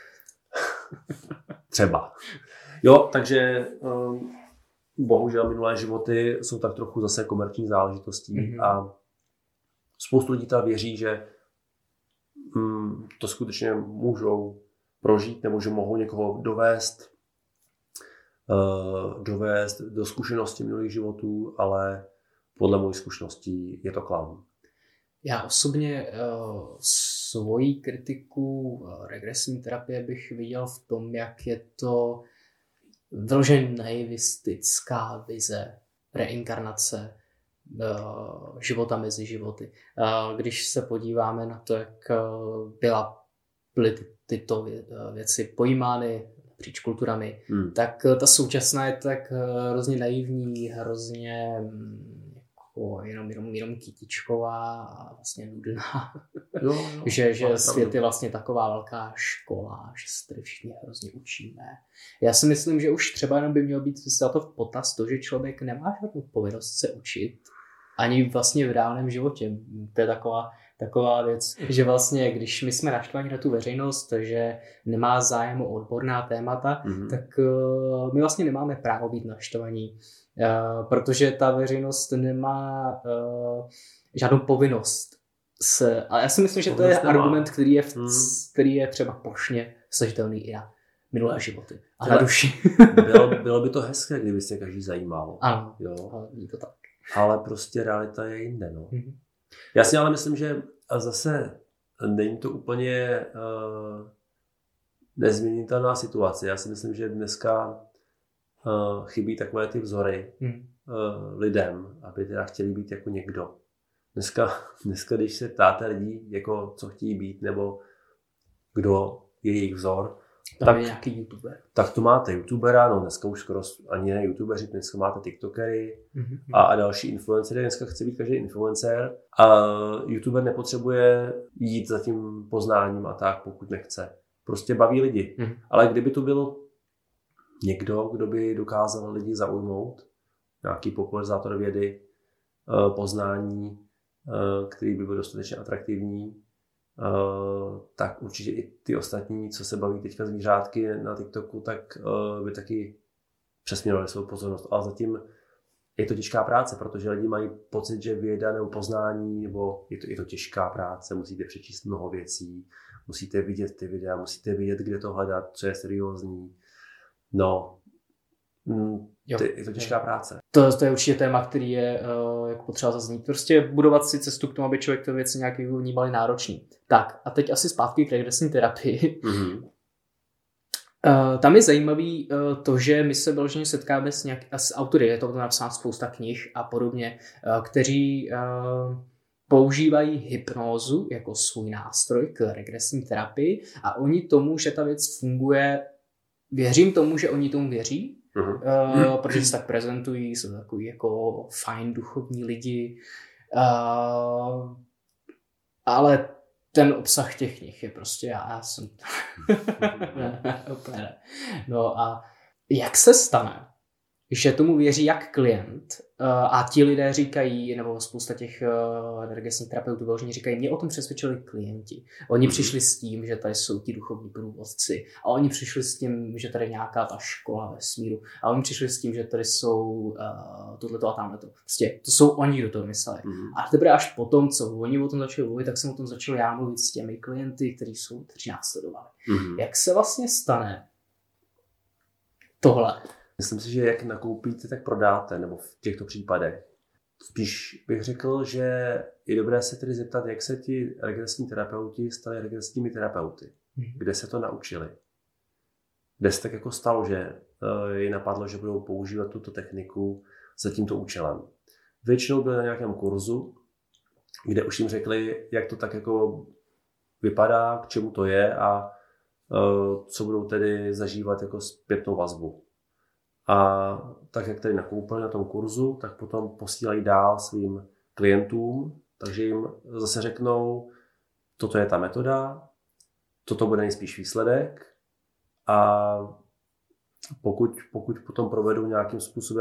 Třeba. Jo, takže um, bohužel minulé životy jsou tak trochu zase komerční záležitostí mm-hmm. a spoustu lidí tam věří, že um, to skutečně můžou prožít nebo že mohou někoho dovést uh, dovést do zkušenosti minulých životů, ale podle mojí zkušeností je to klam. Já osobně uh, svoji kritiku uh, regresní terapie bych viděl v tom, jak je to vyloženě naivistická vize reinkarnace uh, života mezi životy. Uh, když se podíváme na to, jak uh, byla, byly ty, tyto vě, uh, věci pojímány napříč kulturami, hmm. tak uh, ta současná je tak uh, hrozně naivní, hrozně jako jenom, jenom, jenom kytičková a vlastně nudná. Jo, jo, že že svět je vlastně taková velká škola, že se tady všichni hrozně učíme. Já si myslím, že už třeba jenom by mělo být za to v potaz to, že člověk nemá žádnou povinnost se učit, ani vlastně v reálném životě. To je taková, taková věc, že vlastně, když my jsme naštvaní na tu veřejnost, že nemá zájem o odborná témata, mm-hmm. tak uh, my vlastně nemáme právo být naštvaní, uh, protože ta veřejnost nemá uh, žádnou povinnost se, a já si myslím, že to je argument, který je, v, hmm. který je třeba plošně vsažitelný i na minulé životy a na duši. bylo, bylo by to hezké, kdyby se každý zajímal. Ano, jo. ale není to tak. Ale prostě realita je jinde. No. Mm-hmm. Já si ale myslím, že zase není to úplně uh, nezměnitelná situace. Já si myslím, že dneska uh, chybí takové ty vzory mm. uh, lidem, aby teda chtěli být jako někdo. Dneska, dneska, když se ptáte lidí, jako co chtějí být, nebo kdo je jejich vzor, tam tak, je nějaký youtuber. Tak to máte youtubera, no dneska už skoro ani ne youtubeři, dneska máte tiktokery mm-hmm. a, a další influencery. Dneska chce být každý influencer a youtuber nepotřebuje jít za tím poznáním a tak, pokud nechce. Prostě baví lidi. Mm-hmm. Ale kdyby tu byl někdo, kdo by dokázal lidi zaujmout, nějaký popularizátor vědy, poznání, který by byl dostatečně atraktivní, Uh, tak určitě i ty ostatní, co se baví teďka zvířátky na TikToku, tak uh, by taky přesměrovali svou pozornost. Ale zatím je to těžká práce, protože lidi mají pocit, že věda nebo poznání, nebo je to, je to těžká práce, musíte přečíst mnoho věcí, musíte vidět ty videa, musíte vidět, kde to hledat, co je seriózní. No, mm, Jo, to, je to těžká jo. práce. To, to je určitě téma, který je uh, jako potřeba zaznít. Prostě budovat si cestu k tomu, aby člověk ty věci nějak vnímal náročný. Tak a teď asi zpátky k regresní terapii. Mm-hmm. Uh, tam je zajímavý uh, to, že my se vyloženě setkáme s, nějak, s autory, je to napsáno spousta knih a podobně, uh, kteří uh, používají hypnózu jako svůj nástroj k regresní terapii a oni tomu, že ta věc funguje, věřím tomu, že oni tomu věří, Uh-huh. Uh, protože se tak prezentují, jsou takový jako fajn duchovní lidi, uh, ale ten obsah těch knih je prostě, já, já jsem ne, úplně ne. No a jak se stane, že tomu věří jak klient uh, a ti lidé říkají, nebo spousta těch uh, regresních terapeutů vyloženě říkají, mě o tom přesvědčili klienti. Oni mm-hmm. přišli s tím, že tady jsou ti duchovní průvodci a oni přišli s tím, že tady je nějaká ta škola vesmíru a oni přišli s tím, že tady jsou uh, tohleto a tamhleto. Prostě to jsou oni, kdo to mysleli. Mm-hmm. A teprve až potom, co oni o tom začali mluvit, tak jsem o tom začal já mluvit s těmi klienty, kteří jsou, kteří následovali. Mm-hmm. Jak se vlastně stane tohle? Myslím si, že jak nakoupíte, tak prodáte, nebo v těchto případech. Spíš bych řekl, že je dobré se tedy zeptat, jak se ti regresní terapeuti stali regresními terapeuty. Mm-hmm. Kde se to naučili. Kde se tak jako stalo, že je napadlo, že budou používat tuto techniku za tímto účelem. Většinou byli na nějakém kurzu, kde už jim řekli, jak to tak jako vypadá, k čemu to je a co budou tedy zažívat jako zpětnou vazbu. A tak, jak tady nakoupili na tom kurzu, tak potom posílají dál svým klientům, takže jim zase řeknou, toto je ta metoda, toto bude nejspíš výsledek a pokud, pokud potom provedou nějakým způsobem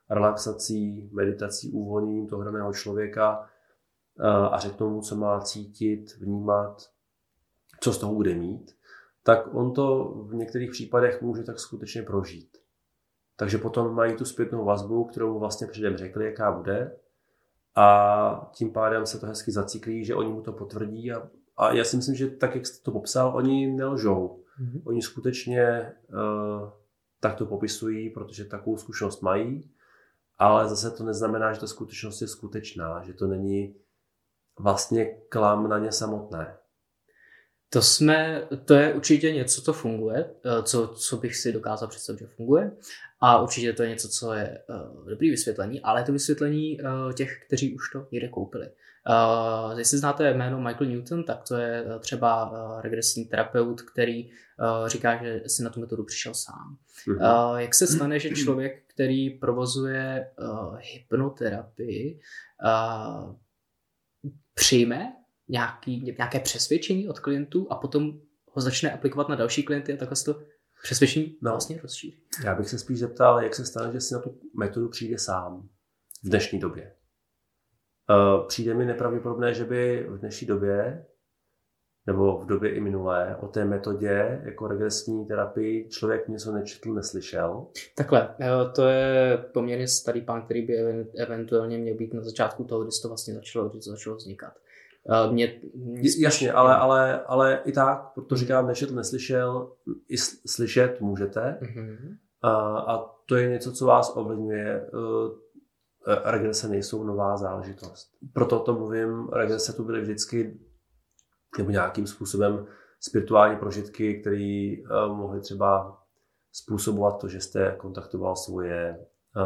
relaxací, meditací, uvolněním toho daného člověka a řeknou mu, co má cítit, vnímat, co z toho bude mít, tak on to v některých případech může tak skutečně prožít. Takže potom mají tu zpětnou vazbu, kterou mu vlastně předem řekli, jaká bude, a tím pádem se to hezky zacyklí, že oni mu to potvrdí a, a já si myslím, že tak, jak jste to popsal, oni nelžou. Mm-hmm. Oni skutečně uh, tak to popisují, protože takovou zkušenost mají, ale zase to neznamená, že ta skutečnost je skutečná, že to není vlastně klam na ně samotné. To jsme, to je určitě něco, co funguje, co, co bych si dokázal představit, že funguje, a určitě to je něco, co je uh, dobrý vysvětlení, ale je to vysvětlení uh, těch, kteří už to někde koupili. Uh, jestli znáte jméno Michael Newton, tak to je uh, třeba uh, regresní terapeut, který uh, říká, že si na tu metodu přišel sám. Mm-hmm. Uh, jak se stane, že člověk, který provozuje uh, hypnoterapii, uh, přijme Nějaký, nějaké přesvědčení od klientů a potom ho začne aplikovat na další klienty a takhle se to přesvědčení no, vlastně rozšíří. Já bych se spíš zeptal, jak se stane, že si na tu metodu přijde sám v dnešní době. Uh, přijde mi nepravděpodobné, že by v dnešní době nebo v době i minulé o té metodě jako regresní terapii člověk něco nečetl, neslyšel. Takhle, to je poměrně starý pán, který by eventuálně měl být na začátku toho, kdy to vlastně začalo, kdy to začalo vznikat. Mě, mě spíš... Jasně, ale, ale, ale i tak, protože říkám, nečetl, neslyšel, i slyšet můžete. Mm-hmm. A, a to je něco, co vás ovlivňuje. Regrese nejsou nová záležitost. Proto to mluvím, regrese tu byly vždycky nebo nějakým způsobem spirituální prožitky, které uh, mohly třeba způsobovat to, že jste kontaktoval svoje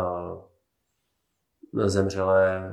uh, zemřelé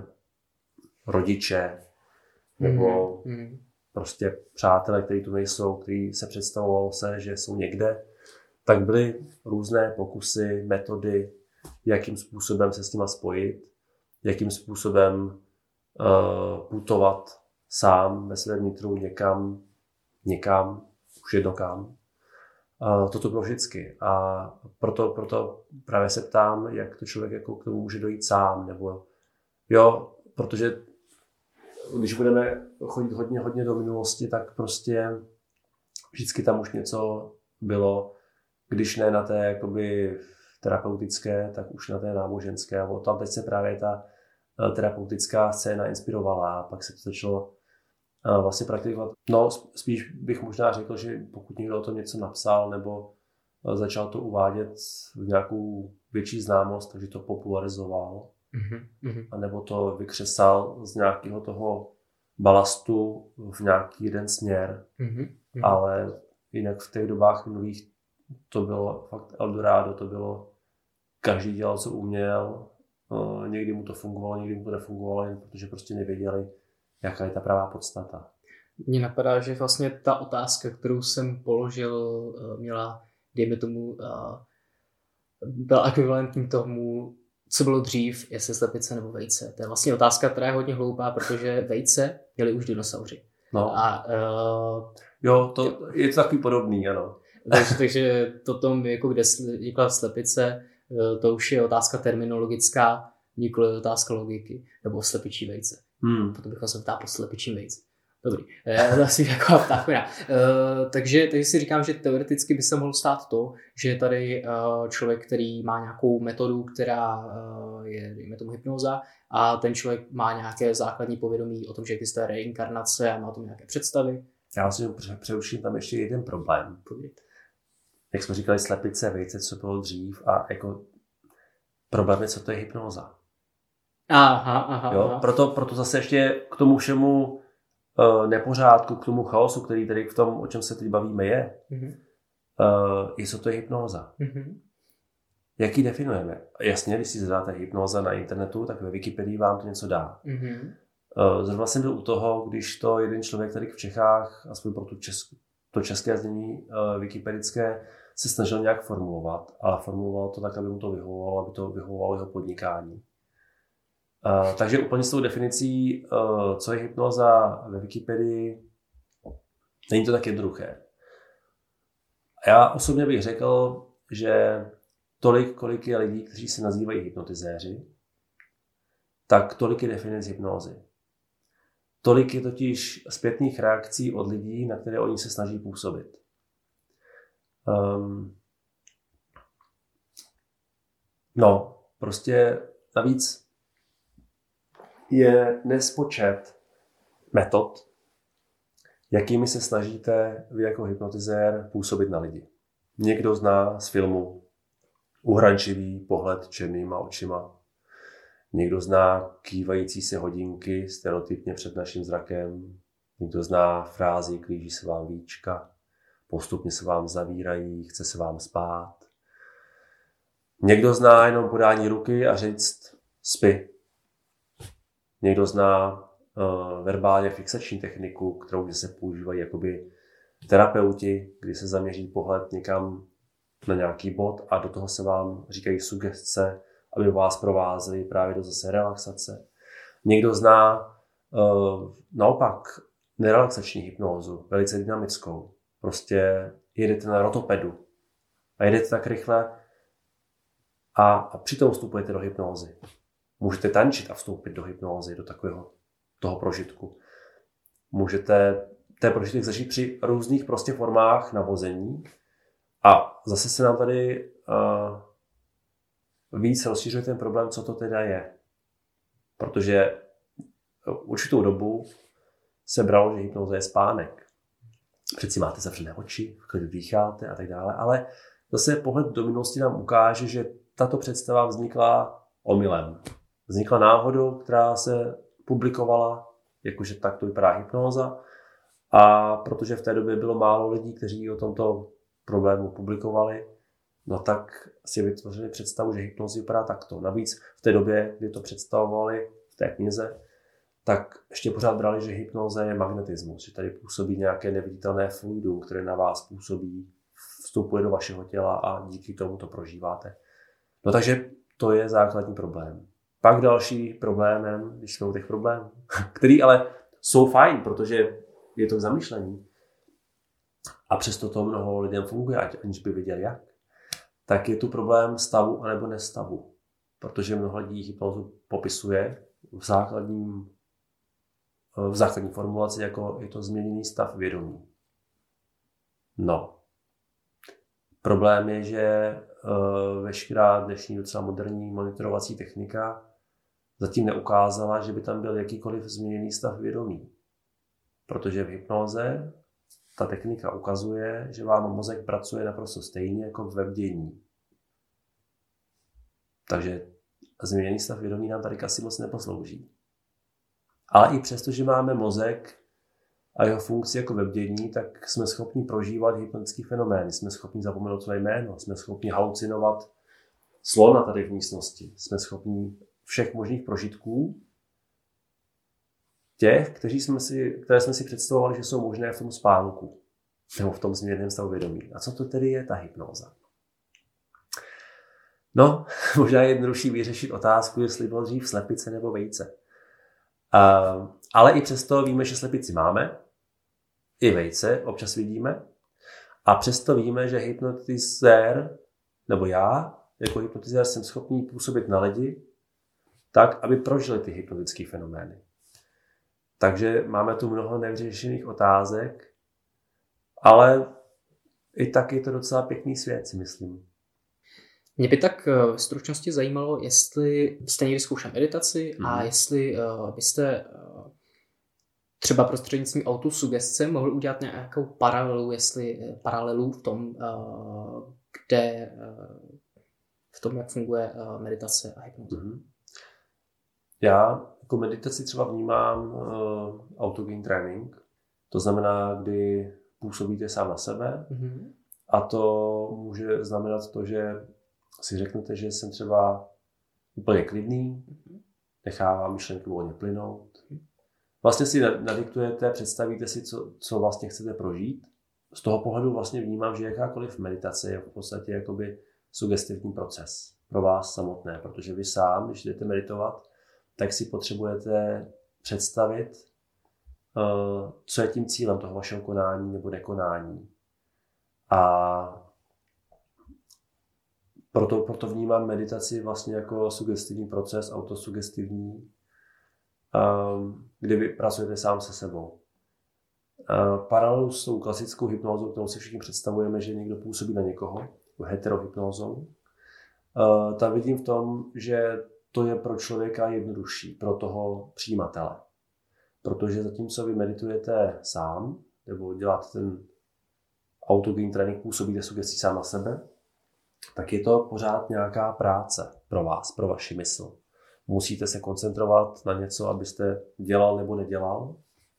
rodiče nebo mm. prostě přátelé, kteří tu nejsou, kteří se představovalo se, že jsou někde, tak byly různé pokusy, metody, jakým způsobem se s nima spojit, jakým způsobem uh, putovat sám ve svém vnitru někam, někam, už jedno kam. Uh, toto bylo vždycky. A proto, proto právě se ptám, jak to člověk jako k tomu může dojít sám. Nebo, jo, protože když budeme chodit hodně, hodně do minulosti, tak prostě vždycky tam už něco bylo, když ne na té jakoby terapeutické, tak už na té náboženské. A tam teď se právě ta terapeutická scéna inspirovala a pak se to začalo vlastně praktikovat. No, spíš bych možná řekl, že pokud někdo o tom něco napsal nebo začal to uvádět v nějakou větší známost, takže to popularizoval, mm-hmm. a nebo to vykřesal z nějakého toho balastu v nějaký jeden směr. Mm-hmm. Ale jinak v těch dobách minulých to bylo fakt Eldorado, to bylo každý dělal, co uměl. Někdy mu to fungovalo, někdy mu to nefungovalo, jen protože prostě nevěděli, jaká je ta pravá podstata. Mně napadá, že vlastně ta otázka, kterou jsem položil, měla, dejme tomu, byla ekvivalentní tomu, co bylo dřív, jestli slepice nebo vejce. To je vlastně otázka, která je hodně hloupá, protože vejce měli už dinosauři. No. A, uh, jo, to je to takový podobný, ano. takže, takže to tom, jako kde vznikla slepice, to už je otázka terminologická, nikoli otázka logiky, nebo slepičí vejce. Hmm. Potom bychom se ptát po slepičím vejce. Dobrý, to asi taková ptákovina. Uh, takže, takže si říkám, že teoreticky by se mohlo stát to, že je tady uh, člověk, který má nějakou metodu, která uh, je, dejme tomu, hypnóza, a ten člověk má nějaké základní povědomí o tom, že existuje reinkarnace a má o tom nějaké představy. Já si přeruším tam ještě jeden problém. Povědět. Jak jsme říkali, slepice, vejce, co bylo dřív, a jako problém je, co to je hypnóza. Aha, aha, jo? aha. Proto, proto zase ještě k tomu všemu uh, nepořádku, k tomu chaosu, který tady v tom, o čem se teď bavíme, je, mm-hmm. uh, je, co to je hypnóza. Mm-hmm. Jak ji definujeme? Jasně, když si zadáte hypnóza na internetu, tak ve Wikipedii vám to něco dá. Mm-hmm. Uh, zrovna jsem byl u toho, když to jeden člověk tady v Čechách, aspoň pro tu česk- to české znění uh, wikipedické, se snažil nějak formulovat, ale formuloval to tak, aby mu to vyhovovalo, aby to vyhovovalo jeho podnikání. Uh, takže úplně s tou definicí, uh, co je hypnóza ve Wikipedii, není to tak jednoduché. A já osobně bych řekl, že tolik, kolik je lidí, kteří se nazývají hypnotizéři, tak tolik je definic hypnózy. Tolik je totiž zpětných reakcí od lidí, na které oni se snaží působit. Um, no, prostě navíc je nespočet metod, jakými se snažíte vy jako hypnotizér působit na lidi. Někdo zná z filmu uhrančivý pohled černýma očima. Někdo zná kývající se hodinky stereotypně před naším zrakem. Někdo zná frázi klíží se vám víčka, postupně se vám zavírají, chce se vám spát. Někdo zná jenom podání ruky a říct spí. Někdo zná uh, verbálně fixační techniku, kterou se používají jakoby terapeuti, kdy se zaměří pohled někam na nějaký bod a do toho se vám říkají sugestce, aby vás provázely právě do zase relaxace. Někdo zná uh, naopak nerelaxační hypnózu, velice dynamickou. Prostě jedete na rotopedu a jedete tak rychle a, a přitom vstupujete do hypnózy. Můžete tančit a vstoupit do hypnózy, do takového toho prožitku. Můžete ten prožitek zažít při různých prostě formách navození a zase se nám tady uh, víc rozšiřuje ten problém, co to teda je. Protože určitou dobu se bralo, že hypnóza je spánek. Přeci máte zavřené oči, v klidu dýcháte a tak dále, ale zase pohled do minulosti nám ukáže, že tato představa vznikla omylem. Vznikla náhodou, která se publikovala, jakože tak to vypadá hypnóza, a protože v té době bylo málo lidí, kteří o tomto problému publikovali, no tak si vytvořili představu, že hypnóza vypadá takto. Navíc v té době, kdy to představovali v té knize, tak ještě pořád brali, že hypnóza je magnetismus, že tady působí nějaké neviditelné fluidum, které na vás působí, vstupuje do vašeho těla a díky tomu to prožíváte. No takže to je základní problém. Pak další problémem, když jsme u těch problémů, který ale jsou fajn, protože je to k zamyšlení a přesto to mnoho lidem funguje, aniž by věděli jak, tak je tu problém stavu anebo nestavu. Protože mnoho lidí hypnózu popisuje v základním v základní formulaci, jako je to změněný stav vědomí. No. Problém je, že uh, veškerá dnešní docela moderní monitorovací technika zatím neukázala, že by tam byl jakýkoliv změněný stav vědomí. Protože v hypnóze ta technika ukazuje, že vám mozek pracuje naprosto stejně jako ve bdění. Takže změněný stav vědomí nám tady asi moc neposlouží. Ale i přesto, že máme mozek a jeho funkci jako ve bdění, tak jsme schopni prožívat hypnotický fenomén. Jsme schopni zapomenout své jméno, jsme schopni halucinovat slona tady v místnosti. Jsme schopni všech možných prožitků, těch, kteří jsme si, které jsme si představovali, že jsou možné v tom spánku, nebo v tom změněném stavu vědomí. A co to tedy je ta hypnóza? No, možná je jednodušší vyřešit otázku, jestli bylo dřív slepice nebo vejce. Uh, ale i přesto víme, že slepici máme, i vejce občas vidíme, a přesto víme, že hypnotizér, nebo já, jako hypnotizér jsem schopný působit na lidi tak, aby prožili ty hypnotické fenomény. Takže máme tu mnoho nevyřešených otázek, ale i tak je to docela pěkný svět, si myslím. Mě by tak v stručnosti zajímalo, jestli jste někdy zkoušel meditaci mm. a jestli uh, byste uh, třeba prostřednictvím autosugestce mohl udělat nějakou paralelu, jestli paralelu v tom, uh, kde uh, v tom, jak funguje uh, meditace a hypnoza. Mm. Já jako meditaci třeba vnímám uh, autogene training, to znamená, kdy působíte sám na sebe mm. a to může znamenat to, že si řeknete, že jsem třeba úplně klidný, nechávám myšlenky volně plynout. Vlastně si nadiktujete, představíte si, co, co vlastně chcete prožít. Z toho pohledu vlastně vnímám, že jakákoliv meditace je v podstatě jakoby sugestivní proces pro vás samotné, protože vy sám, když jdete meditovat, tak si potřebujete představit, co je tím cílem toho vašeho konání nebo nekonání. A Proto, proto vnímám meditaci vlastně jako sugestivní proces, autosugestivní, kdy vy pracujete sám se sebou. Paralelu s tou klasickou hypnózou, kterou si všichni představujeme, že někdo působí na někoho, heterohypnózou, tam vidím v tom, že to je pro člověka jednodušší, pro toho přijímatele. Protože zatímco vy meditujete sám, nebo děláte ten autogenní trénink, působíte sugestí sám na sebe, tak je to pořád nějaká práce pro vás, pro vaši mysl. Musíte se koncentrovat na něco, abyste dělal nebo nedělal,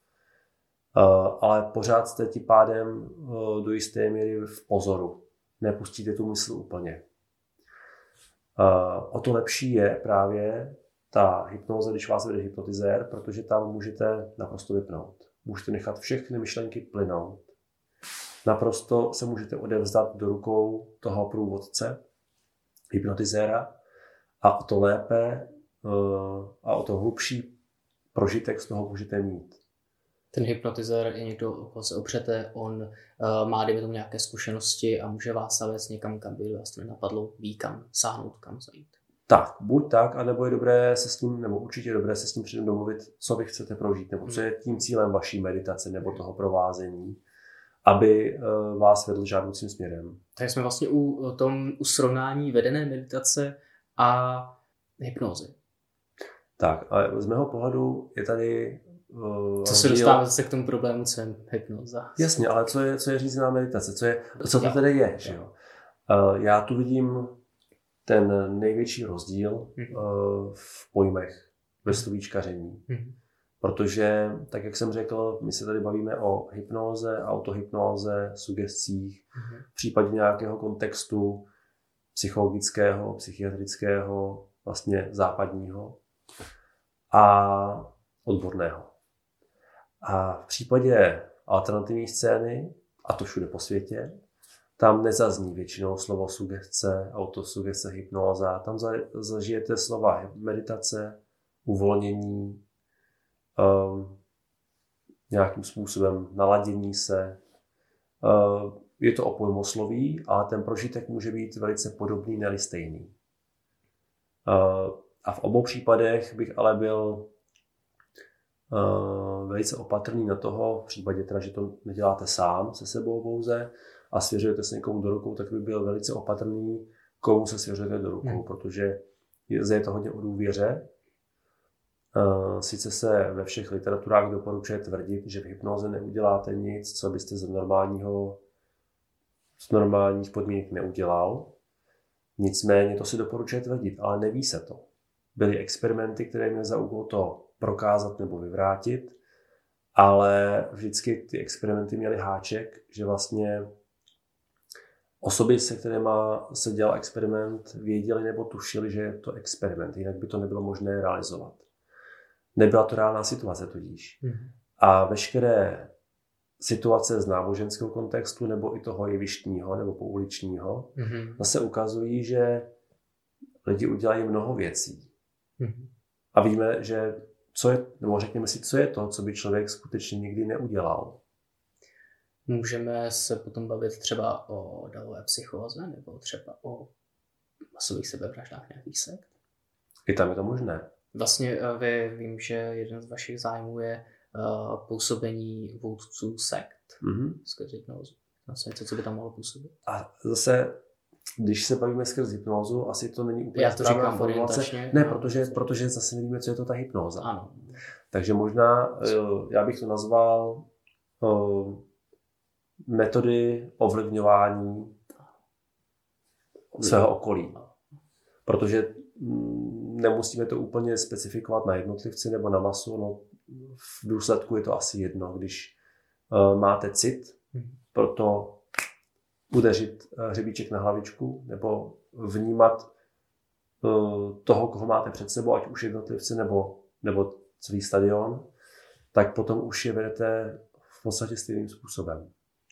ale pořád jste tím pádem do jisté míry v pozoru. Nepustíte tu mysl úplně. O to lepší je právě ta hypnóza, když vás vede hypnotizér, protože tam můžete naprosto vypnout. Můžete nechat všechny myšlenky plynout. Naprosto se můžete odevzdat do rukou toho průvodce, hypnotizéra, a o to lépe a o to hlubší prožitek z toho můžete mít. Ten hypnotizér je někdo, o koho se opřete, on uh, má, dejme tomu, nějaké zkušenosti a může vás zavést někam, kam by vás to nenapadlo, ví kam sáhnout, kam zajít. Tak, buď tak, anebo je dobré se s tím, nebo určitě je dobré se s tím předem domluvit, co vy chcete prožít, nebo co je tím cílem vaší meditace nebo toho provázení, aby uh, vás vedl žádoucím směrem. Tak jsme vlastně u tom u srovnání vedené meditace a hypnózy. Tak, ale z mého pohledu je tady Uh, co se dostáváme se k tomu problému, co je hypnóza. Jasně, ale co je, co je řízená meditace? Co, je, co to tedy je? Že jo? Uh, já tu vidím ten největší rozdíl mm. uh, v pojmech ve slovíčkaření. Mm. Protože, tak jak jsem řekl, my se tady bavíme o hypnóze, autohypnóze, sugescích, mm. v případě nějakého kontextu psychologického, psychiatrického, vlastně západního a odborného. A v případě alternativní scény, a to všude po světě, tam nezazní většinou slovo sugestce, autosugestce, hypnóza. Tam zažijete slova meditace, uvolnění, um, nějakým způsobem naladění se. Uh, je to o pojmosloví, ale ten prožitek může být velice podobný, ne-li stejný. Uh, a v obou případech bych ale byl Uh, velice opatrný na toho, v případě teda, že to neděláte sám se sebou pouze a svěřujete se někomu do rukou, tak by byl velice opatrný, komu se svěřujete do rukou, hmm. protože je, je to hodně o důvěře. Uh, sice se ve všech literaturách doporučuje tvrdit, že v hypnoze neuděláte nic, co byste z normálního, z normálních podmínek neudělal. Nicméně to si doporučuje tvrdit, ale neví se to. Byly experimenty, které měly za úkol to prokázat nebo vyvrátit, ale vždycky ty experimenty měly háček, že vlastně osoby, se kterými se dělal experiment, věděli nebo tušili, že je to experiment, jinak by to nebylo možné realizovat. Nebyla to reálná situace tudíž. Mm. A veškeré situace z náboženského kontextu nebo i toho jevištního nebo pouličního mm. zase ukazují, že lidi udělají mnoho věcí. Mm. A víme, že co je, nebo řekněme si, co je to, co by člověk skutečně nikdy neudělal. Můžeme se potom bavit třeba o davové psychóze nebo třeba o masových sebevraždách nějakých sekt? I tam je to možné. Vlastně vy, vím, že jeden z vašich zájmů je uh, působení vůdců sekt mm-hmm. skrz hypnózu. Vlastně něco, co by tam mohlo působit. A zase, když se bavíme skrz hypnózu, asi to není úplně Já to správná říkám formulace. Ne, no, protože, protože zase nevíme, co je to ta hypnóza. Ano. Takže možná, já bych to nazval uh, metody ovlivňování svého okolí. Protože nemusíme to úplně specifikovat na jednotlivci nebo na masu, no v důsledku je to asi jedno, když uh, máte cit, proto udeřit hřebíček na hlavičku nebo vnímat uh, toho, koho máte před sebou, ať už jednotlivci nebo, nebo celý stadion, tak potom už je vedete v podstatě stejným způsobem.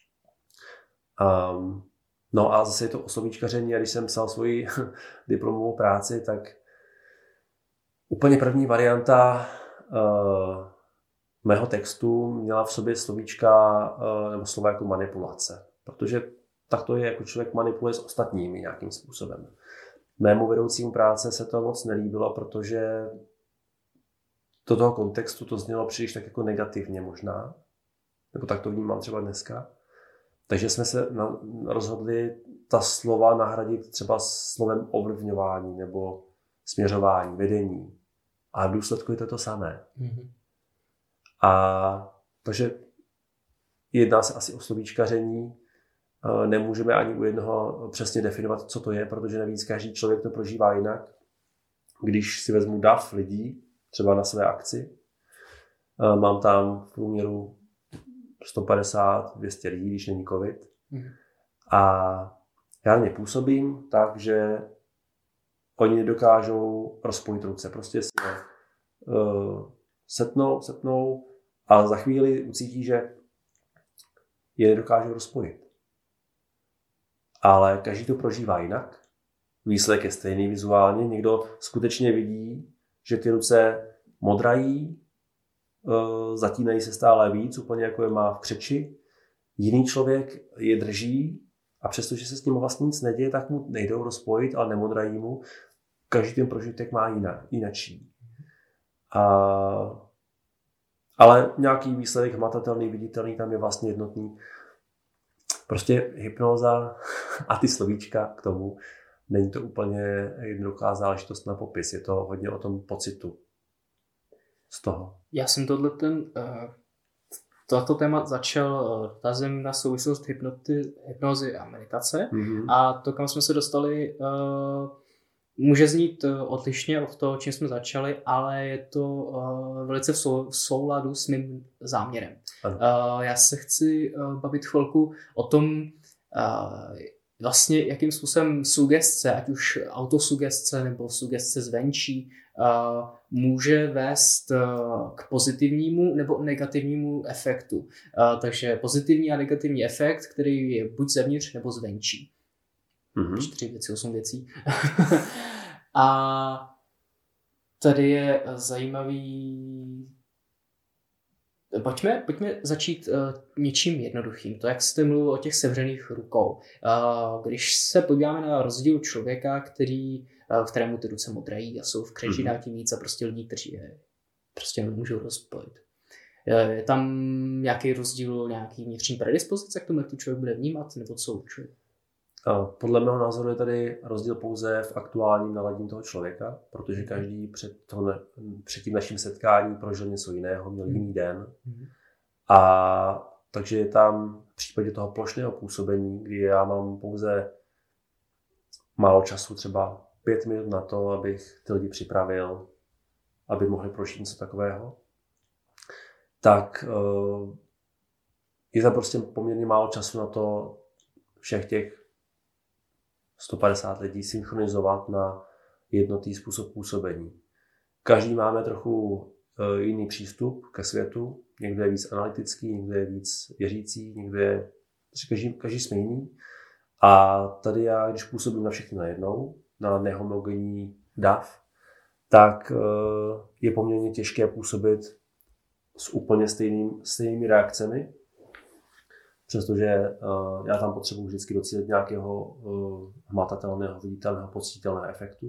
Um, no a zase je to o slovíčkaření, a když jsem psal svoji diplomovou práci, tak úplně první varianta uh, mého textu měla v sobě slovíčka uh, nebo slova jako manipulace. Protože tak to je, jako člověk manipuluje s ostatními nějakým způsobem. Mému vedoucímu práce se to moc nelíbilo, protože do toho kontextu to znělo příliš tak jako negativně možná, nebo tak to vnímám třeba dneska. Takže jsme se na, rozhodli ta slova nahradit třeba slovem ovlivňování nebo směřování, vedení. A v důsledku je to to samé. Mm-hmm. A takže jedná se asi o slovíčkaření. Nemůžeme ani u jednoho přesně definovat, co to je, protože navíc každý člověk to prožívá jinak. Když si vezmu dav lidí, třeba na své akci, mám tam v průměru sto padesát dvě stě lidí, když není covid. Mm. A já na ně působím tak, že oni nedokážou rozpojit ruce. Prostě si uh, setnou, setnou a za chvíli ucítí, že je nedokážou rozpojit. Ale každý to prožívá jinak. Výsledek je stejný vizuálně. Někdo skutečně vidí, že ty ruce modrají, zatínají se stále víc, úplně jako je má v křeči. Jiný člověk je drží a přestože se s ním vlastně nic neděje, tak mu nejdou rozpojit, ale nemodrají mu. Každý ten prožitek má jinak, jinačí. A, ale nějaký výsledek hmatatelný, viditelný, tam je vlastně jednotný. Prostě hypnóza a ty slovíčka k tomu, není to úplně jednoduchá záležitost na popis. Je to hodně o tom pocitu z toho. Já jsem tohle ten, uh, toto téma začal dotazem na souvislost hypnoty, hypnózy a meditace. Mm-hmm. A to, kam jsme se dostali, uh, může znít odlišně od toho, čím jsme začali, ale je to uh, velice v, sou, v souladu s mým záměrem. Uh, já se chci uh, bavit chvilku o tom, uh, vlastně jakým způsobem sugestce, ať už autosugestce nebo sugestce zvenčí, uh, může vést uh, k pozitivnímu nebo negativnímu efektu. Uh, takže pozitivní a negativní efekt, který je buď zevnitř nebo zvenčí. Mm-hmm. Čtyři věci, osm věcí. A tady je zajímavý... Pojďme, pojďme začít uh, něčím jednoduchým. To, jak jste mluvil o těch sevřených rukou. Uh, když se podíváme na rozdíl člověka, který, uh, kterému ty ruce modrají a jsou v křeči mm-hmm. tím víc a prostě lidí, kteří je prostě nemůžou rozpojit. Uh, je tam nějaký rozdíl, nějaký vnitřní predispozice k tomu, jak to člověk bude vnímat, nebo co určuje? Podle mého názoru je tady rozdíl pouze v aktuálním naladění toho člověka, protože každý před, toho, před tím naším setkáním prožil něco jiného, měl jiný den. A takže je tam v případě toho plošného působení, kdy já mám pouze málo času, třeba pět minut na to, abych ty lidi připravil, aby mohli prožít něco takového, tak je tam prostě poměrně málo času na to všech těch sto padesát lidí synchronizovat na jednotný způsob působení. Každý máme trochu jiný přístup ke světu. Někdo je víc analytický, někdo je víc věřící, někdo je... Každý, každý jsme jiný. A tady já, když působím na všechny najednou, na nehomogenní dav, tak je poměrně těžké působit s úplně stejným, stejnými reakcemi, přestože uh, já tam potřebuji vždycky docílit nějakého uh, hmatatelného, viditelného, pocítitelného efektu.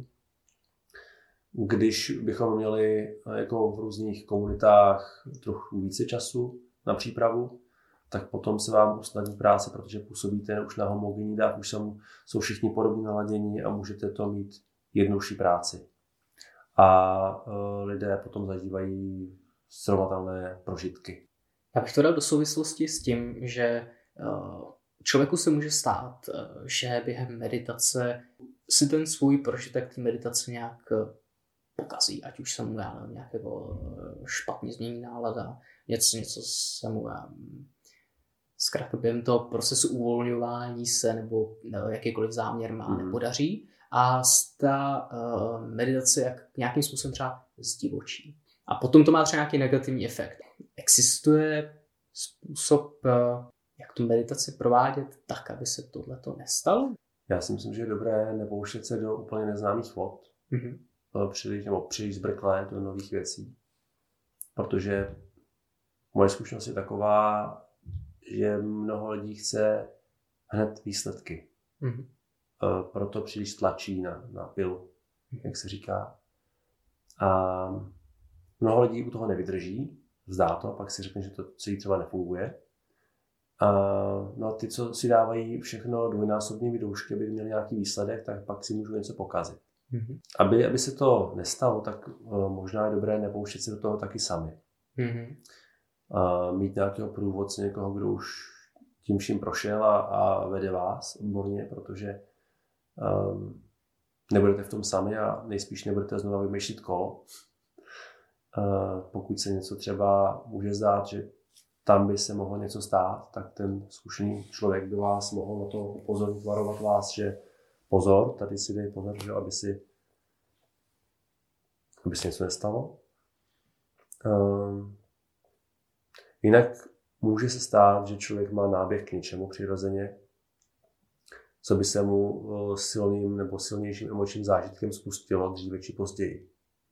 Když bychom měli uh, jako v různých komunitách trochu více času na přípravu, tak potom se vám usnadní práce, protože působíte už na homogenní dav, už jsou, jsou všichni podobně naladění a můžete to mít jednodušší práci. A uh, lidé potom zažívají srovnatelné prožitky. Já bych to dal do souvislosti s tím, že člověku se může stát, že během meditace si ten svůj prožitek té meditace nějak pokazí, ať už se mu nějak jako špatně změní nálada, něco, něco se mu zkrátka během toho procesu uvolňování se nebo jakýkoliv záměr má mm. nepodaří a ta meditace jak nějakým způsobem třeba zdivočí. A potom to má třeba nějaký negativní efekt. Existuje způsob, jak tu meditaci provádět tak, aby se tohleto nestalo? Já si myslím, že je dobré nepouštět se do úplně neznámých vod. Mm-hmm. Příliš, nebo příliš zbrklé do nových věcí. Protože moje zkušenost je taková, že mnoho lidí chce hned výsledky. Mm-hmm. Proto příliš tlačí na, na pilu, jak se říká. A mnoho lidí u toho nevydrží, vzdá to, pak si řekne, že to celý třeba nefunguje. A no a ty, co si dávají všechno dvojnásobnými doušky, aby měli nějaký výsledek, tak pak si můžou něco pokazit. Mm-hmm. Aby, aby se to nestalo, tak uh, možná je dobré nepouštět se do toho taky sami. Mm-hmm. Uh, mít nějakého průvodce, někoho, kdo už tím vším prošel a, a vede vás odborně, protože um, nebudete v tom sami a nejspíš nebudete znovu vymýšlet kolo. Uh, pokud se něco třeba může zdát, že tam by se mohlo něco stát, tak ten zkušený člověk by vás mohl na to upozornit, varovat vás, že pozor, tady si dej pozor, že aby si, aby se něco nestalo. Um, jinak může se stát, že člověk má náběh k něčemu přirozeně, co by se mu silným nebo silnějším emočním zážitkem spustilo dříve či později.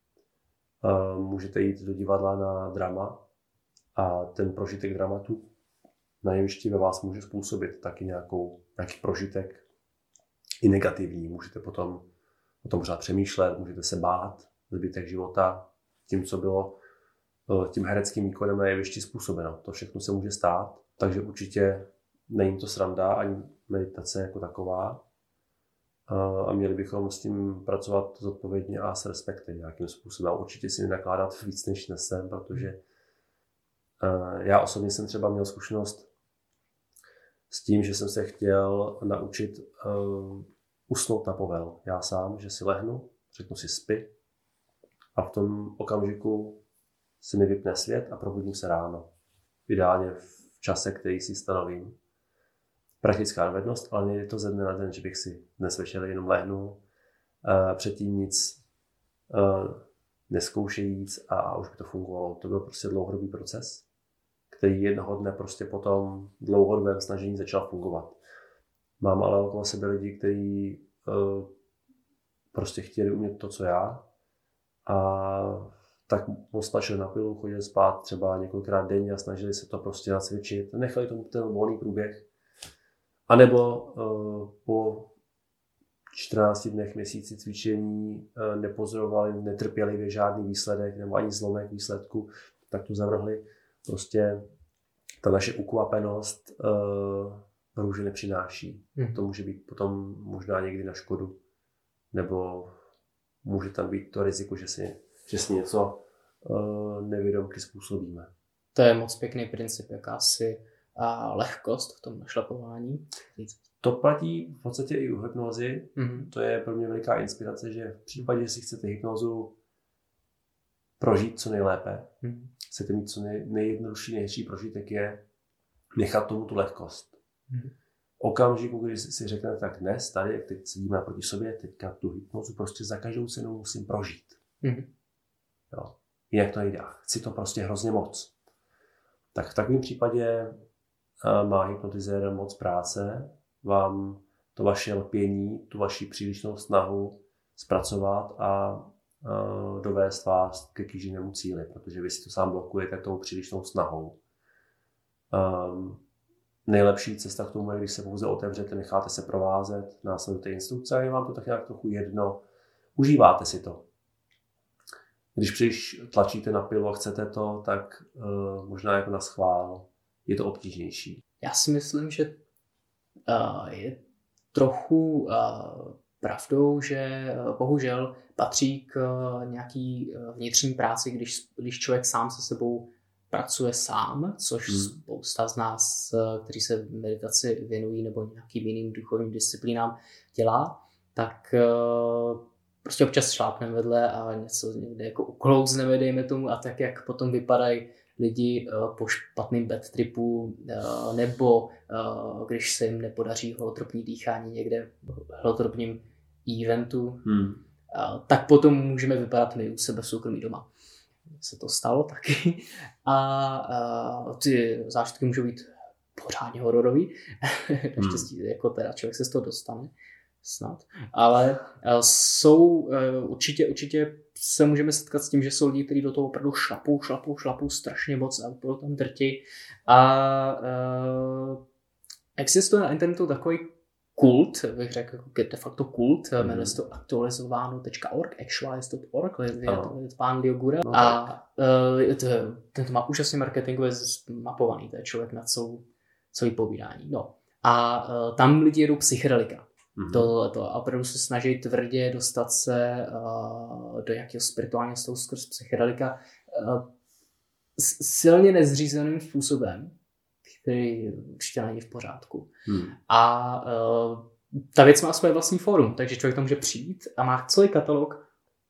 Um, můžete jít do divadla na drama, a ten prožitek dramatu na jevišti ve vás může způsobit taky nějakou, nějaký prožitek i negativní. Můžete potom o tom pořád přemýšlet, můžete se bát zbytek života tím, co bylo tím hereckým výkonem na jevišti způsobeno. To všechno se může stát, takže určitě není to sranda ani meditace jako taková. A měli bychom s tím pracovat zodpovědně a s respektem nějakým způsobem. A určitě si nenakládat víc než nesem, protože já osobně jsem třeba měl zkušenost s tím, že jsem se chtěl naučit uh, usnout na povel. Já sám, že si lehnu, řeknu si spí a v tom okamžiku se mi vypne svět a probudím se ráno. Ideálně v čase, který si stanovím. Praktická dovednost, ale nejde to ze dne na den, že bych si dnes večer jenom lehnul, uh, předtím nic uh, neskoušejíc a, a už by to fungovalo. To byl prostě dlouhodobý proces, který jednoho dne prostě potom dlouhodobém snažení začal fungovat. Mám ale okolo sebe lidi, kteří uh, prostě chtěli umět to, co já, a tak moc tlačili na pilu, chodili spát třeba několikrát denně a snažili se to prostě nacvičit. Nechali tomu ten volný průběh. A nebo uh, po čtrnácti dnech, měsíci cvičení uh, nepozorovali netrpělivě žádný výsledek nebo ani zlomek výsledku, tak to zavrhli. Prostě ta naše ukvapenost uh, růže nepřináší. Hmm. To může být potom možná někdy na škodu. Nebo může tam být to riziko, že si, že si něco uh, nevědomky způsobíme. To je moc pěkný princip, jakási a lehkost v tom našlapování. To platí v podstatě i u hypnózy. Mm-hmm. To je pro mě veliká inspirace, že v případě, že si chcete hypnózu prožít co nejlépe, mm-hmm. chcete mít co nej, nejjednodušší, nejhezčí prožitek, je nechat tomu tu lehkost. Mm-hmm. Okamžiku, když si řeknete, tak dnes, tady, jak teď sedíme naproti sobě, teďka tu hypnózu prostě za každou cenu musím prožít. Mm-hmm. Jo. Jinak to nejde. Chci to prostě hrozně moc. Tak v takovém případě má hypnotizér moc práce vám to vaše lpění, tu vaši přílišnou snahu zpracovat a uh, dovést vás ke kýženému cíli, protože vy si to sám blokujete tou přílišnou snahou. Um, nejlepší cesta k tomu je, když se pouze otevřete, necháte se provázet, následujete instrukce a je vám to tak nějak trochu jedno, užíváte si to. Když příliš tlačíte na pilu a chcete to, tak uh, možná jako na schvál je to obtížnější. Já si myslím, že uh, je trochu uh, pravdou, že uh, bohužel patří k uh, nějaký uh, vnitřní práci, když, když člověk sám se sebou pracuje sám, což hmm. spousta z nás, uh, kteří se meditaci věnují nebo nějakým jiným duchovním disciplínám dělá, tak uh, prostě občas šlápneme vedle a něco někde jako uklouzneme, dejme tomu, a tak, jak potom vypadají lidi uh, po špatným bad tripu, uh, nebo uh, když se jim nepodaří holotropní dýchání někde v holotropním eventu, hmm. uh, tak potom můžeme vypadat my u sebe v soukromí doma. Se to stalo taky. A uh, ty zážitky můžou být pořádně hororový. Naštěstí hmm. jako teda člověk se z toho dostane. Snad. Ale uh, jsou uh, určitě, určitě se můžeme setkat s tím, že jsou lidi, kteří do toho opravdu šlapou, šlapou, šlapou strašně moc a budou tam drti. A uh, Existuje na internetu takový kult, bych řekl, de facto kult, mm. jmenuje se to aktualizováno tečka org, actualize tečka org, je to pán Leo Gura. No, a uh, to, ten to má úžasně marketingově mapovaný, to je člověk na celou, celý povídání. No. A uh, tam lidi jedou psychedelika. Mm. To, to, a opravdu se snaží tvrdě dostat se uh, do nějakého spirituálního stavu skrz psychedelika uh, silně nezřízeným způsobem, který určitě není v pořádku. Hmm. A uh, ta věc má svoje vlastní fórum, takže člověk tam může přijít a má celý katalog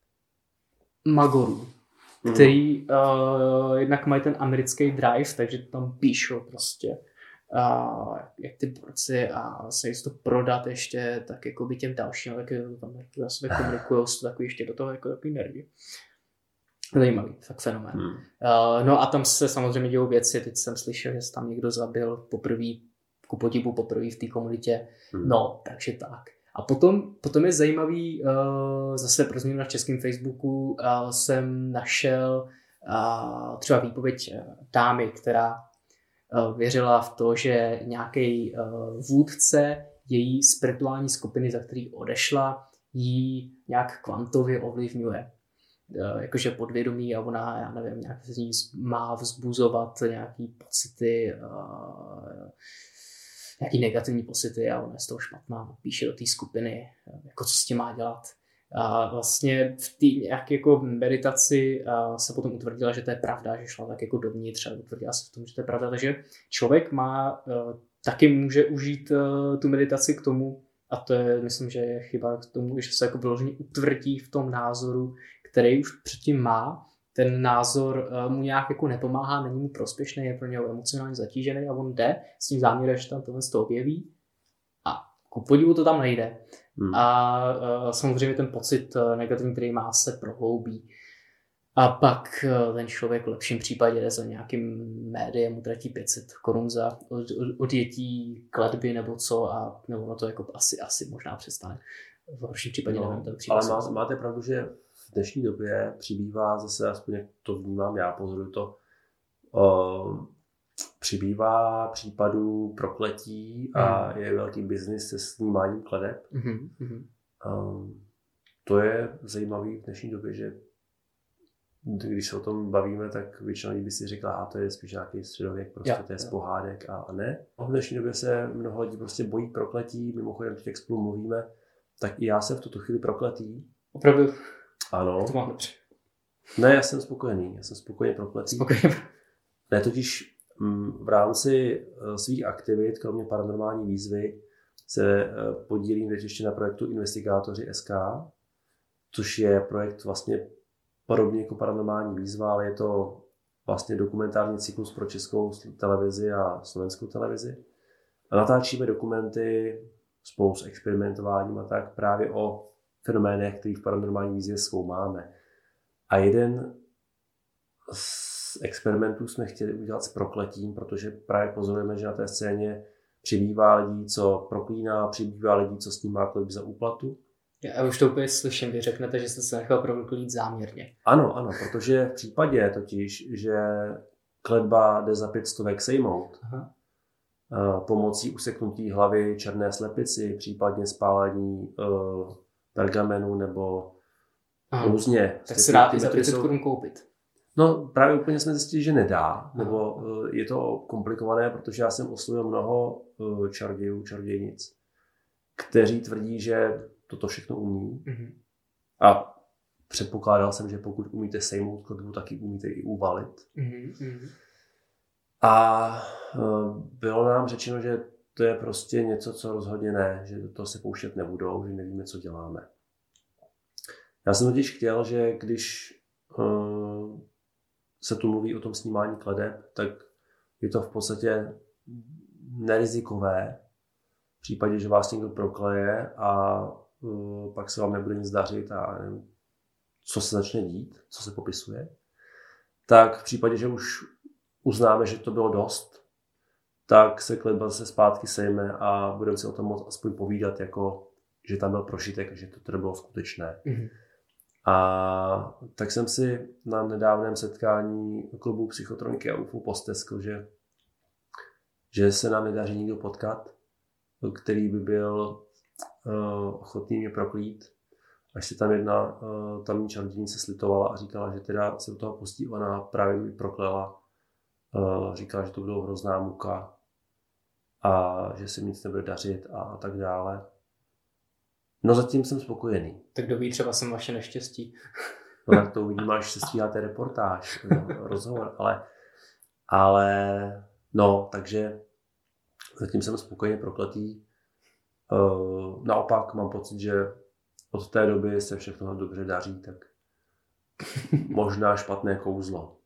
magorů, hmm. který uh, jednak mají ten americký drive, takže tam píšou prostě uh, jak ty borci a se to prodat ještě tak jako by těm dalším, tak tam na sebe komunikujou, jsou takový ještě do toho jako takový nerdy. Zajímavý, fakt fenomén. Hmm. Uh, no a tam se samozřejmě dějou věci, teď jsem slyšel, že se tam někdo zabil poprvé, ku podivu poprvé v té komunitě, hmm. no, takže tak. A potom, potom je zajímavý, uh, zase pro změnu na českém Facebooku uh, jsem našel uh, třeba výpověď dámy, která uh, věřila v to, že nějaký uh, vůdce její spirituální skupiny, za který odešla, jí nějak kvantově ovlivňuje. Jakože podvědomí a ona, já nevím, nějak z ní má vzbuzovat nějaký pocity, uh, nějaký negativní pocity a ona je z toho špatná, píše do té skupiny, jako co s tím má dělat. A vlastně v té nějaké jako meditaci uh, se potom utvrdila, že to je pravda, že šla tak jako dovnitř a utvrdila se v tom, že to je pravda, takže člověk má, uh, taky může užít uh, tu meditaci k tomu, a to je, myslím, že je chyba k tomu, že se jako vyloženě utvrdí v tom názoru, který už předtím má, ten názor uh, mu nějak jako nepomáhá, není mu prospěšný, je pro něho emocionálně zatížený a on jde s tím záměrem, že tam tohle z toho objeví a ku podivu to tam nejde. Hmm. A uh, samozřejmě ten pocit uh, negativní, který má, se prohloubí. A pak uh, ten člověk v lepším případě jde za nějakým médiem, utratí pět set korun za od, od, odjetí kletby nebo co a nebo no to jako asi, asi možná přestane. V horším případě no, nevím ten případ. Ale má, máte pravdu, že v dnešní době přibývá zase, aspoň jak to vnímám já, pozoruju to, uh, přibývá případů prokletí a mm. je velký biznis se snímáním kladeb. Mm-hmm. Um, to je zajímavý v dnešní době, že když se o tom bavíme, tak většinou by si řekla, a to je spíš nějaký středověk, prostě ja, to je z pohádek a, a ne. V dnešní době se mnoho lidí prostě bojí prokletí, mimochodem teď jak spolu mluvíme, tak i já jsem v tuto chvíli prokletý. Opravdu? Ano. To mám dobře. Ne, já jsem spokojený, já jsem spokojeně prokletý. Spokojený. Ne, totiž m, v rámci svých aktivit, kromě paranormální výzvy, se podílím teď ještě na projektu Investigátoři tečka es ká, což je projekt vlastně podobně jako paranormální výzva, ale je to vlastně dokumentární cyklus pro českou televizi a slovenskou televizi. A natáčíme dokumenty spolu s experimentováním a tak právě o fenoménech, který v paranormální výzvě zkoumáme. A jeden z experimentů jsme chtěli udělat s prokletím, protože právě pozorujeme, že na té scéně přibývá lidí, co proklíná, přibývá lidí, co snímá kletby za úplatu. Já už to úplně slyším, vy řeknete, že jste se nechal proklít záměrně. Ano, ano, protože v případě totiž, že kletba jde za pět stovek sejmout, aha, pomocí useknutí hlavy černé slepici, případně spálení uh, pergamenu nebo aha, různě. Tak se dá i za pět set korun koupit. No právě úplně jsme zjistili, že nedá, aha, nebo uh, je to komplikované, protože já jsem oslovil mnoho uh, čarodějů, čarodějnic, kteří tvrdí, že toto všechno umí. Mm-hmm. A předpokládal jsem, že pokud umíte sejmout kletbu, taky umíte i uvalit. Mm-hmm. A uh, bylo nám řečeno, že to je prostě něco, co rozhodně ne, že do toho se pouštět nebudou, že nevíme, co děláme. Já jsem totiž chtěl, že když uh, se tu mluví o tom snímání kladeb, tak je to v podstatě nerizikové, v případě, že vás někdo prokleje a uh, pak se vám nebude nic dařit a nevím, co se začne dít, co se popisuje, tak v případě, že už uznáme, že to bylo dost, tak se kletba zase zpátky sejme a budeme si o tom moct aspoň povídat, jako, že tam byl prožitek a že to tedy bylo skutečné. Mm-hmm. A tak jsem si na nedávném setkání klubu Psychotroniky a U F O posteskl, že, že se nám nedaří nikdo potkat který by byl uh, ochotný mě proklít. Až se tam jedna uh, tamní čarodějnice slitovala a říkala, že teda se do toho pustí, ona právě mi proklela. Uh, říkala, že to bylo hrozná muka a že se mi nic nebude dařit a tak dále. No zatím jsem spokojený. Tak kdo ví, třeba jsem vaše neštěstí. No tak to uvidím, až se stříháte reportáž, no, rozhovor, ale, ale no, takže zatím jsem spokojeně prokletý. Uh, naopak mám pocit, že od té doby se všechno dobře daří, tak možná špatné kouzlo.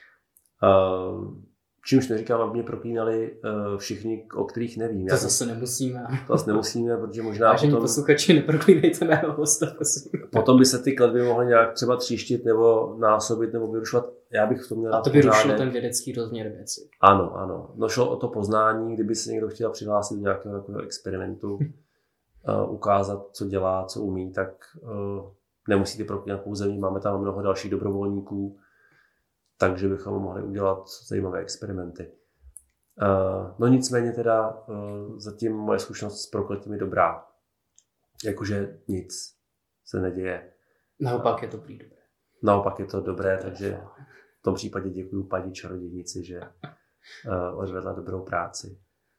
Uh, čímž neříkám, aby mě proklínali uh, všichni, o kterých nevím. To Já zase to, nemusíme. To zase nemusíme, protože možná Vážení potom... posluchači, neproklínejte mého hosta, prosím. Potom by se ty kletby mohly nějak třeba tříštit nebo násobit nebo vyrušovat. Já bych v tom měl... A to by rušilo ten vědecký rozměr věci. Ano, ano. No šlo o to poznání, kdyby se někdo chtěl přihlásit do nějakého takového experimentu, uh, ukázat, co dělá, co umí, tak uh, nemusíte proklínat pouze mě. Máme tam mnoho dalších dobrovolníků, takže bychom mohli udělat zajímavé experimenty. Uh, no nicméně teda uh, zatím moje zkušenost s prokletím je dobrá. Jakože nic se neděje. Naopak je to prý dobré. Naopak je to dobré, takže v tom případě děkuju paní čarodějnici, že uh, odvedla dobrou práci.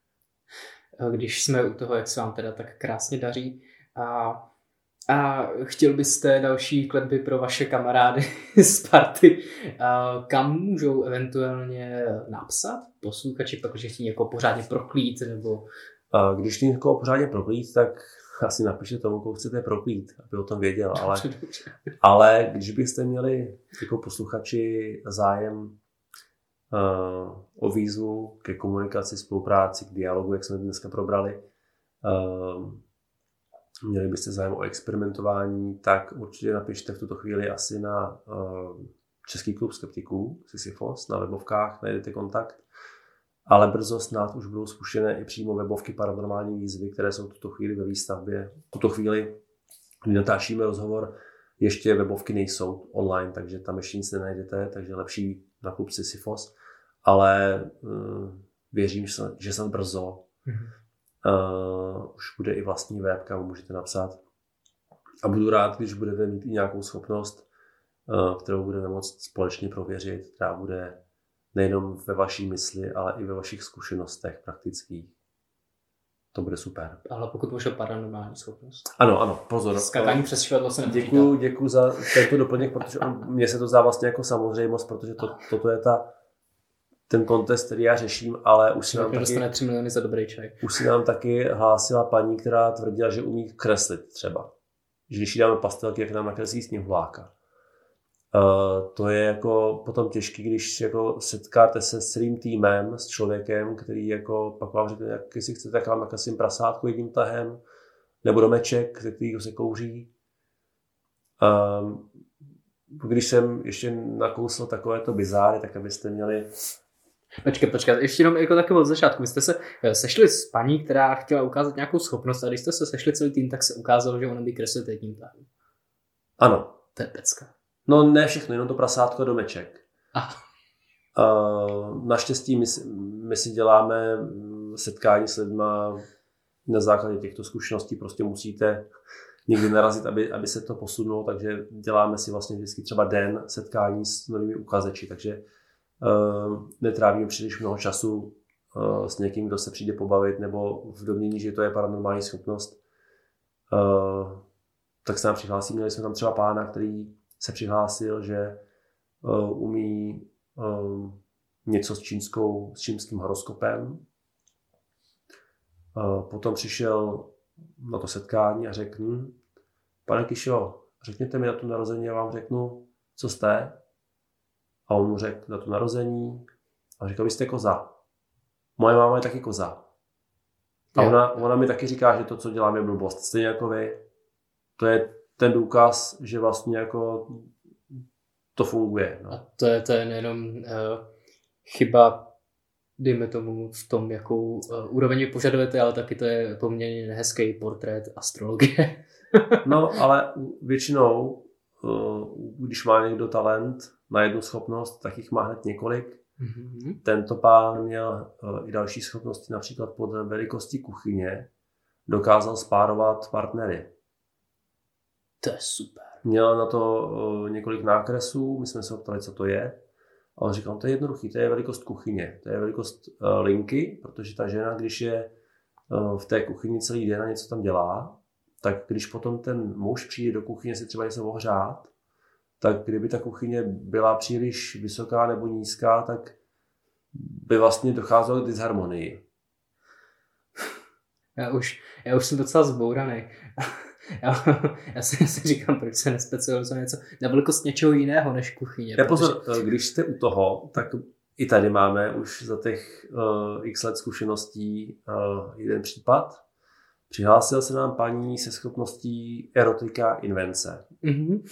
Když jsme u toho, jak se vám teda tak krásně daří a A chtěl byste další kletby pro vaše kamarády z party, kam můžou eventuálně napsat posluchači, protože chtějí někoho pořádně proklít? Nebo... Když chtějí někoho pořádně proklít, tak asi napište tomu, koho chcete proklít, aby o tom věděl. Ale, ale když byste měli jako posluchači zájem uh, o výzvu ke komunikaci, spolupráci, k dialogu, jak jsme dneska probrali, uh, měli byste zájem o experimentování, tak určitě napište v tuto chvíli asi na uh, Český klub skeptiků, Sisyfos, na webovkách najdete kontakt, ale brzo snad už budou spuštěné i přímo webovky Paranormální výzvy, které jsou v tuto chvíli ve výstavbě. V tuto chvíli, kdy natáčíme rozhovor, ještě webovky nejsou online, takže tam ještě nic nenajdete, takže lepší na klub Sisyfos, ale uh, věřím, že snad brzo mm-hmm. Uh, už bude i vlastní web, kam můžete napsat. A budu rád, když budete mít i nějakou schopnost, uh, kterou budeme moct společně prověřit, která bude nejenom ve vaší mysli, ale i ve vašich zkušenostech praktických. To bude super. Ale pokud může paranormální schopnost. Ano, ano, pozor. Skakání přes švedlo se nepočítá. Děkuju, děkuju za tento doplněk, protože on, mně se to zdá vlastně jako samozřejmost, protože to, toto je ta ten kontest, který já řeším, ale už si nám taky, dostane tři miliony za dobrý čaj. Už si nám taky hlásila paní, která tvrdila, že umí kreslit třeba. Že když jí dáme pastelky, jak nám nakreslí sněhuláka. Uh, to je jako potom těžký, když jako setkáte se s celým týmem, s člověkem, který jako pak vám řekne, jak si chcete, tak vám nakreslím prasátku jedním tahem, nebo domeček, ze kterého se kouří. Um, když jsem ještě nakousl takovéto bizáry, tak abyste měli... Počkej, počkej, ještě jenom jako takové od začátku. Vy jste se sešli s paní, která chtěla ukázat nějakou schopnost a když jste se sešli celý tým, tak se ukázalo, že ona by kreslit jedním tahem. Ano. To je pecka. No ne všechno, jenom to prasátko a domeček. Ah. Uh, naštěstí my, my si děláme setkání s lidma na základě těchto zkušeností, prostě musíte někdy narazit, aby, aby se to posunulo, takže děláme si vlastně vždycky třeba den setkání s novými uchazeči, takže uh, netrávíme příliš mnoho času uh, s někým, kdo se přijde pobavit, nebo v domnění, že to je paranormální schopnost. Uh, tak se nám přihlásí, měli jsme tam třeba pána, který se přihlásil, že uh, umí uh, něco s čínskou, s čínským horoskopem. Uh, potom přišel na to setkání a řekl, hm, pane Kišo, řekněte mi na tu narození, já vám řeknu, co jste. A on mu řekl na tu narození a řekl, vy jste koza. Moje máma je taky koza. A ona, ona mi taky říká, že to, co dělám, je blbost. Stejně jako vy. To je ten důkaz, že vlastně jako to funguje. No. A to je, to je nejenom uh, chyba, dejme tomu, v tom, jakou uh, úroveň vy požadujete, ale taky to je poměrně nehezký portrét astrologie. No, ale většinou, uh, když má někdo talent na jednu schopnost, tak jich má hned několik. Mm-hmm. Tento pán měl uh, i další schopnosti, například podle velikosti kuchyně, dokázal spárovat partnery. To je super. Měl na to uh, několik nákresů, my jsme se ho ptali, co to je. A on říkal, to je jednoduchý, to je velikost kuchyně, to je velikost uh, linky, protože ta žena, když je uh, v té kuchyni celý den a něco tam dělá, tak když potom ten muž přijde do kuchyně si třeba něco ohřát, tak kdyby ta kuchyně byla příliš vysoká nebo nízká, tak by vlastně docházelo k disharmonii. Já už, já už jsem docela zbouraný. Já, já, si, já si říkám, proč se nespecializuje něco na velikost něčeho jiného než kuchyně. Já protože... pozor, když jste u toho, tak i tady máme už za těch uh, x let zkušeností uh, jeden případ. Přihlásil se nám paní se schopností erotika invence. Mm-hmm.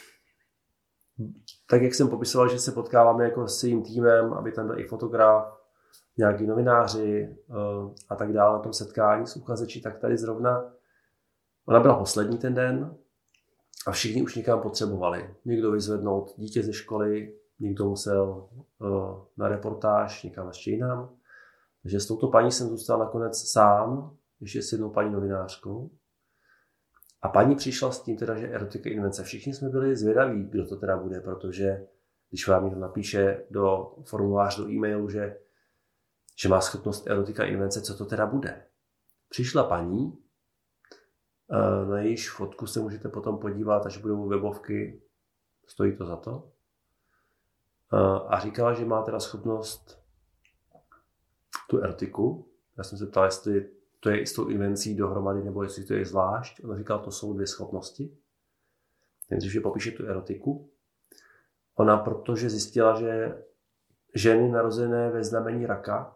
Tak jak jsem popisoval, že se potkáváme jako s jejím týmem, aby tam byl i fotograf, nějaký novináři uh, a tak dále na tom setkání s uchazeči, tak tady zrovna ona byla poslední ten den a všichni už někam potřebovali. Někdo vyzvednout dítě ze školy, někdo musel uh, na reportáž někam ještě jinam. Takže s touto paní jsem zůstal nakonec sám, ještě s jednou paní novinářkou. A paní přišla s tím teda, že erotika invence. Všichni jsme byli zvědaví, kdo to teda bude, protože když vám někdo napíše do formulář, do e-mailu, že, že má schopnost erotika invence, co to teda bude. Přišla paní, na jejíž fotku se můžete potom podívat, až budou webovky, stojí to za to. A říkala, že má teda schopnost tu erotiku. Já jsem se ptal, jestli to je i s tou invencí dohromady, nebo jestli to je zvlášť. Ona říkala, to jsou dvě schopnosti. Nejdřív popíše tu erotiku. Ona, protože zjistila, že ženy narozené ve znamení raka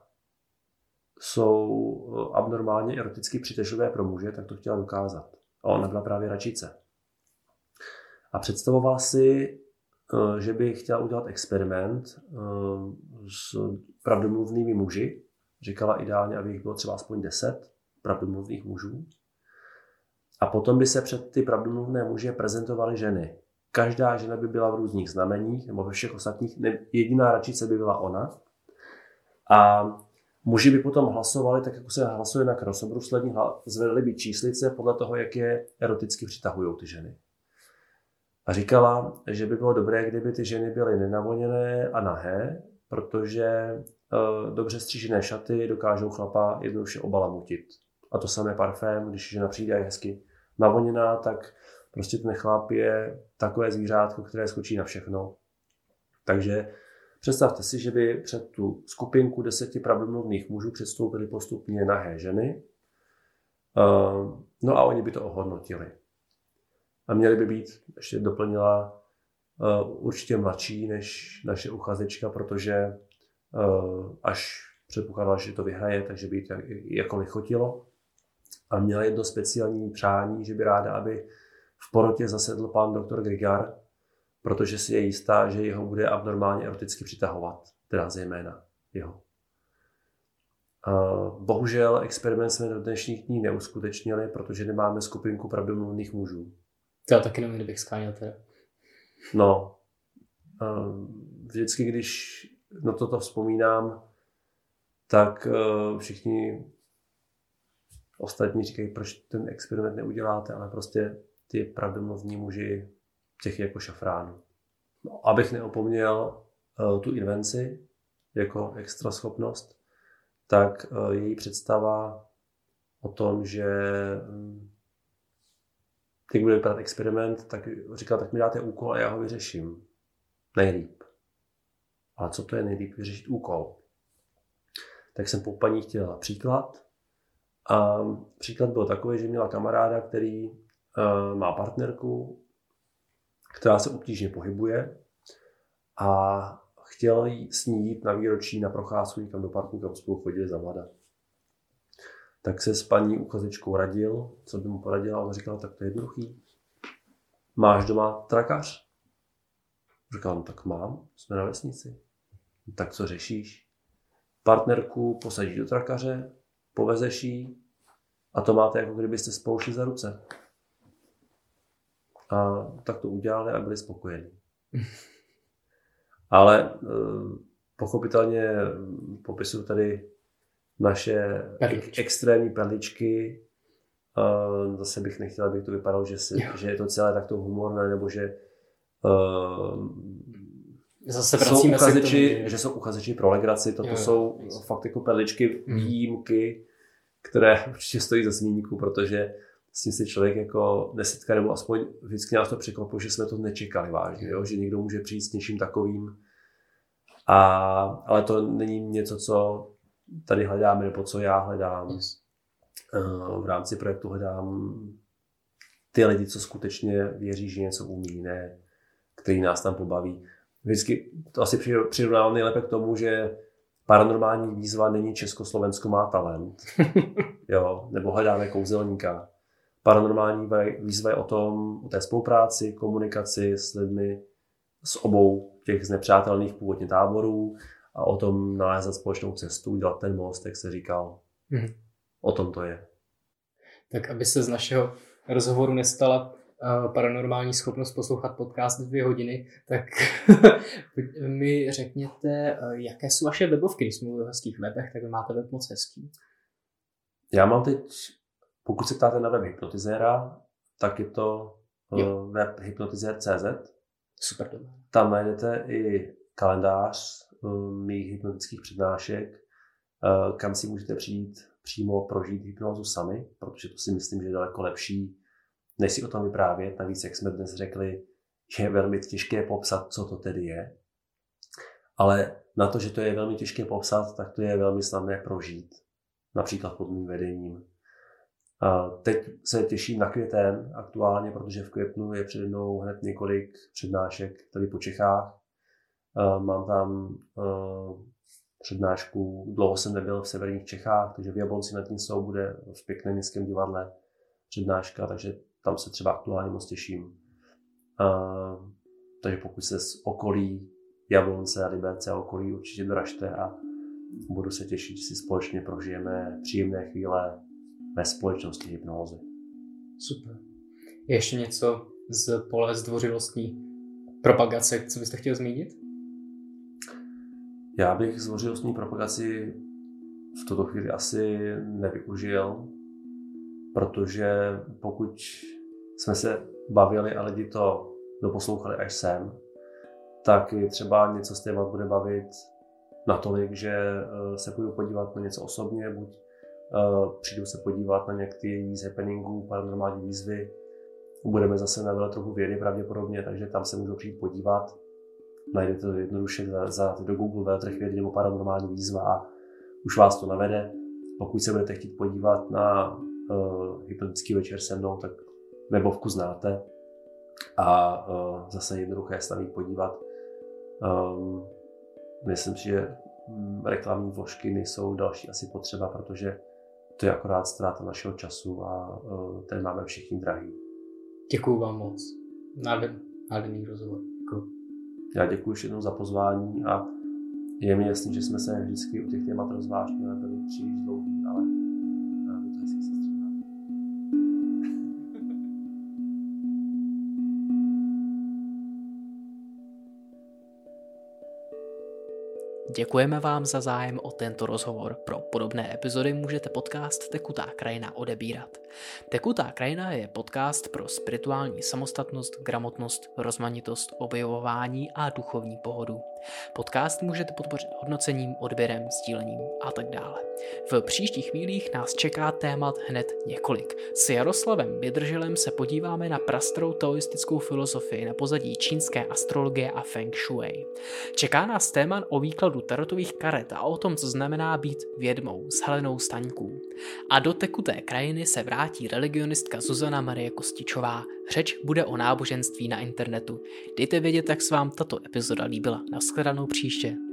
jsou abnormálně eroticky přitažlivé pro muže, tak to chtěla dokázat. A ona byla právě račice. A představovala si, že by chtěla udělat experiment s pravdomluvnými muži. Říkala ideálně, aby jich bylo třeba aspoň deset pravdomluvných mužů. A potom by se před ty pravdomluvné muže prezentovaly ženy. Každá žena by byla v různých znameních, nebo ve všech ostatních, jediná račice by byla ona. A muži by potom hlasovali, tak jako se hlasuje na krasobruslení, zvedli by číslice podle toho, jak je eroticky přitahují ty ženy. A říkala, že by bylo dobré, kdyby ty ženy byly nenavoněné a nahé, protože e, dobře střížené šaty dokážou chlapa jednoduše obalamutit. A to samé parfém, když žena přijde a je hezky navoněná, tak prostě ten chlap je takové zvířátko, které skočí na všechno. Takže představte si, že by před tu skupinku deseti pravdomluvných mužů předstoupily postupně nahé ženy. No a oni by to ohodnotili. A měli by být, ještě doplnila, určitě mladší než naše uchazečka, protože až předpokládala, že to vyhraje, takže by to jako lichotilo. A měla jedno speciální přání, že by ráda, aby v porotě zasedl pan doktor Grigar, protože si je jistá, že jeho bude abnormálně eroticky přitahovat, teda zejména jeho. Bohužel experiment jsme do dnešních dní neuskutečnili, protože nemáme skupinku pravdomluvných mužů. To já taky nevím, kdybych skáněl teda. No, vždycky, když na toto vzpomínám, tak všichni ostatní říkají, proč ten experiment neuděláte, ale prostě ty pravdomluvní muži, těch jako šafránů. No, abych neopomněl uh, tu invenci jako extra schopnost, tak uh, její představa o tom, že um, když bude vypadat experiment, tak říkala, tak mi dáte úkol a já ho vyřeším. Nejlíp. Ale co to je nejlíp? Vyřešit úkol. Tak jsem po paní chtěla příklad. A příklad byl takový, že měla kamaráda, který uh, má partnerku, která se obtížně pohybuje a chtěl jí s ní jít na výročí na procházku někam do parku, kam spolu chodili za mlada. Tak se s paní uchazečkou radil, co by mu poradila, a on říkal, tak to je jednoduchý. Máš doma trakař? Říkal, no tak mám, jsme na vesnici. No, tak co řešíš? Partnerku posadíš do trakaře, povezeš jí a to máte, jako kdybyste spolu šli za ruce. A tak to udělali a byli spokojení. Ale pochopitelně popisuju tady naše perličky. extrémní perličky, Uh, zase bych nechtěl, abych to vypadalo, že, si, že je to celé takto humorné, nebo že uh, zase jsou uchazeči, že jsou uchazeči pro legraci. Toto jo, jsou jo. fakt jako perličky, výjimky, které určitě stojí za zmínku, protože s tím se člověk jako nesetká, nebo aspoň vždycky nás to překvapilo, že jsme to nečekali vážně, jo? Že někdo může přijít s něčím takovým. A, ale to není něco, co tady hledáme, nebo co já hledám. Yes. V rámci projektu hledám ty lidi, co skutečně věří, že něco umí, ne, který nás tam pobaví. Vždycky to asi přirovnávám nejlépe k tomu, že Paranormální výzva není Československo má talent, jo, nebo hledáme kouzelníka. Paranormální výzva je o tom, o té spolupráci, komunikaci s lidmi z obou těch znepřátelných původně táborů a o tom nalézat společnou cestu, dělat ten most, jak se říkal. Mm. O tom to je. Tak aby se z našeho rozhovoru nestala uh, paranormální schopnost poslouchat podcast dvě hodiny, tak mi řekněte, uh, jaké jsou vaše webovky, když jsme mluvili o hezkých webech, tak vy máte web moc hezký. Já mám teď, pokud se ptáte na web Hypnotizéra, tak je to uh, web hypnotizér tečka cé zet. Super dobré. Tam najdete i kalendář uh, mých hypnotických přednášek, uh, kam si můžete přijít přímo prožít hypnózu sami, protože to si myslím, že je daleko lepší, než si o tom vyprávět. Navíc, jak jsme dnes řekli, je velmi těžké popsat, co to tedy je. Ale na to, že to je velmi těžké popsat, tak to je velmi snadné prožít. Například pod mým vedením. A teď se těším na květen aktuálně, protože v květnu je přede mnou hned několik přednášek tady po Čechách. A mám tam uh, přednášku, dlouho jsem nebyl v severních Čechách, takže v Jablonci nad Nisou bude v pěkném městském divadle přednáška, takže tam se třeba aktuálně moc těším. Uh, takže pokud se z okolí Jablonce a Liberce a okolí určitě doražte a budu se těšit, že si společně prožijeme příjemné chvíle ve společnosti hypnózy. Super. Je ještě něco z pole zdvořilostní propagace, co byste chtěl zmínit? Já bych zdvořilostní propagaci v tuto chvíli asi nevyužil, protože pokud jsme se bavili a lidi to doposlouchali až sem, tak třeba něco z témat bude bavit natolik, že se půjdu podívat na něco osobně, buď přijdu se podívat na některý z happeningů, paranormální výzvy, budeme zase na veletrhu vědy pravděpodobně, takže tam se můžu přijít podívat. Najdete to jednoduše za do Google veletrh vědy nebo paranormální výzva a už vás to navede. Pokud se budete chtít podívat na uh, hypnotický večer se mnou, tak webovku znáte a uh, zase jednoduché se tam jít podívat. Um, myslím si, že reklamní vložky nejsou další asi potřeba, protože to je akorát ztráta našeho času a uh, ten máme všichni drahý. Děkuju vám moc. Nádherný rozhovor. Děkuju. Já děkuji ještě jednou za pozvání a je mi jasný, že jsme se vždycky u těch témat rozvážně nebyli příliš dlouhý, ale je to hezky se střídá. Děkujeme vám za zájem o tento rozhovor. Pro podobné epizody můžete podcast Tekutá krajina odebírat. Tekutá krajina je podcast pro spirituální samostatnost, gramotnost, rozmanitost, objevování a duchovní pohodu. Podcast můžete podpořit hodnocením, odběrem, sdílením a tak dále. V příštích chvílích nás čeká témat hned několik. S Jaroslavem Bědrželem se podíváme na prastarou taoistickou filozofii na pozadí čínské astrologie a feng shui. Čeká nás téma o výkladu tarotových karet a o tom, co znamená být vědmou s Helenou Staňků. A do Tekuté krajiny se vrátí religionistka Zuzana Marie Kostičová. Řeč bude o náboženství na internetu. Dejte vědět, jak se vám tato epizoda líbila. Nashledanou příště.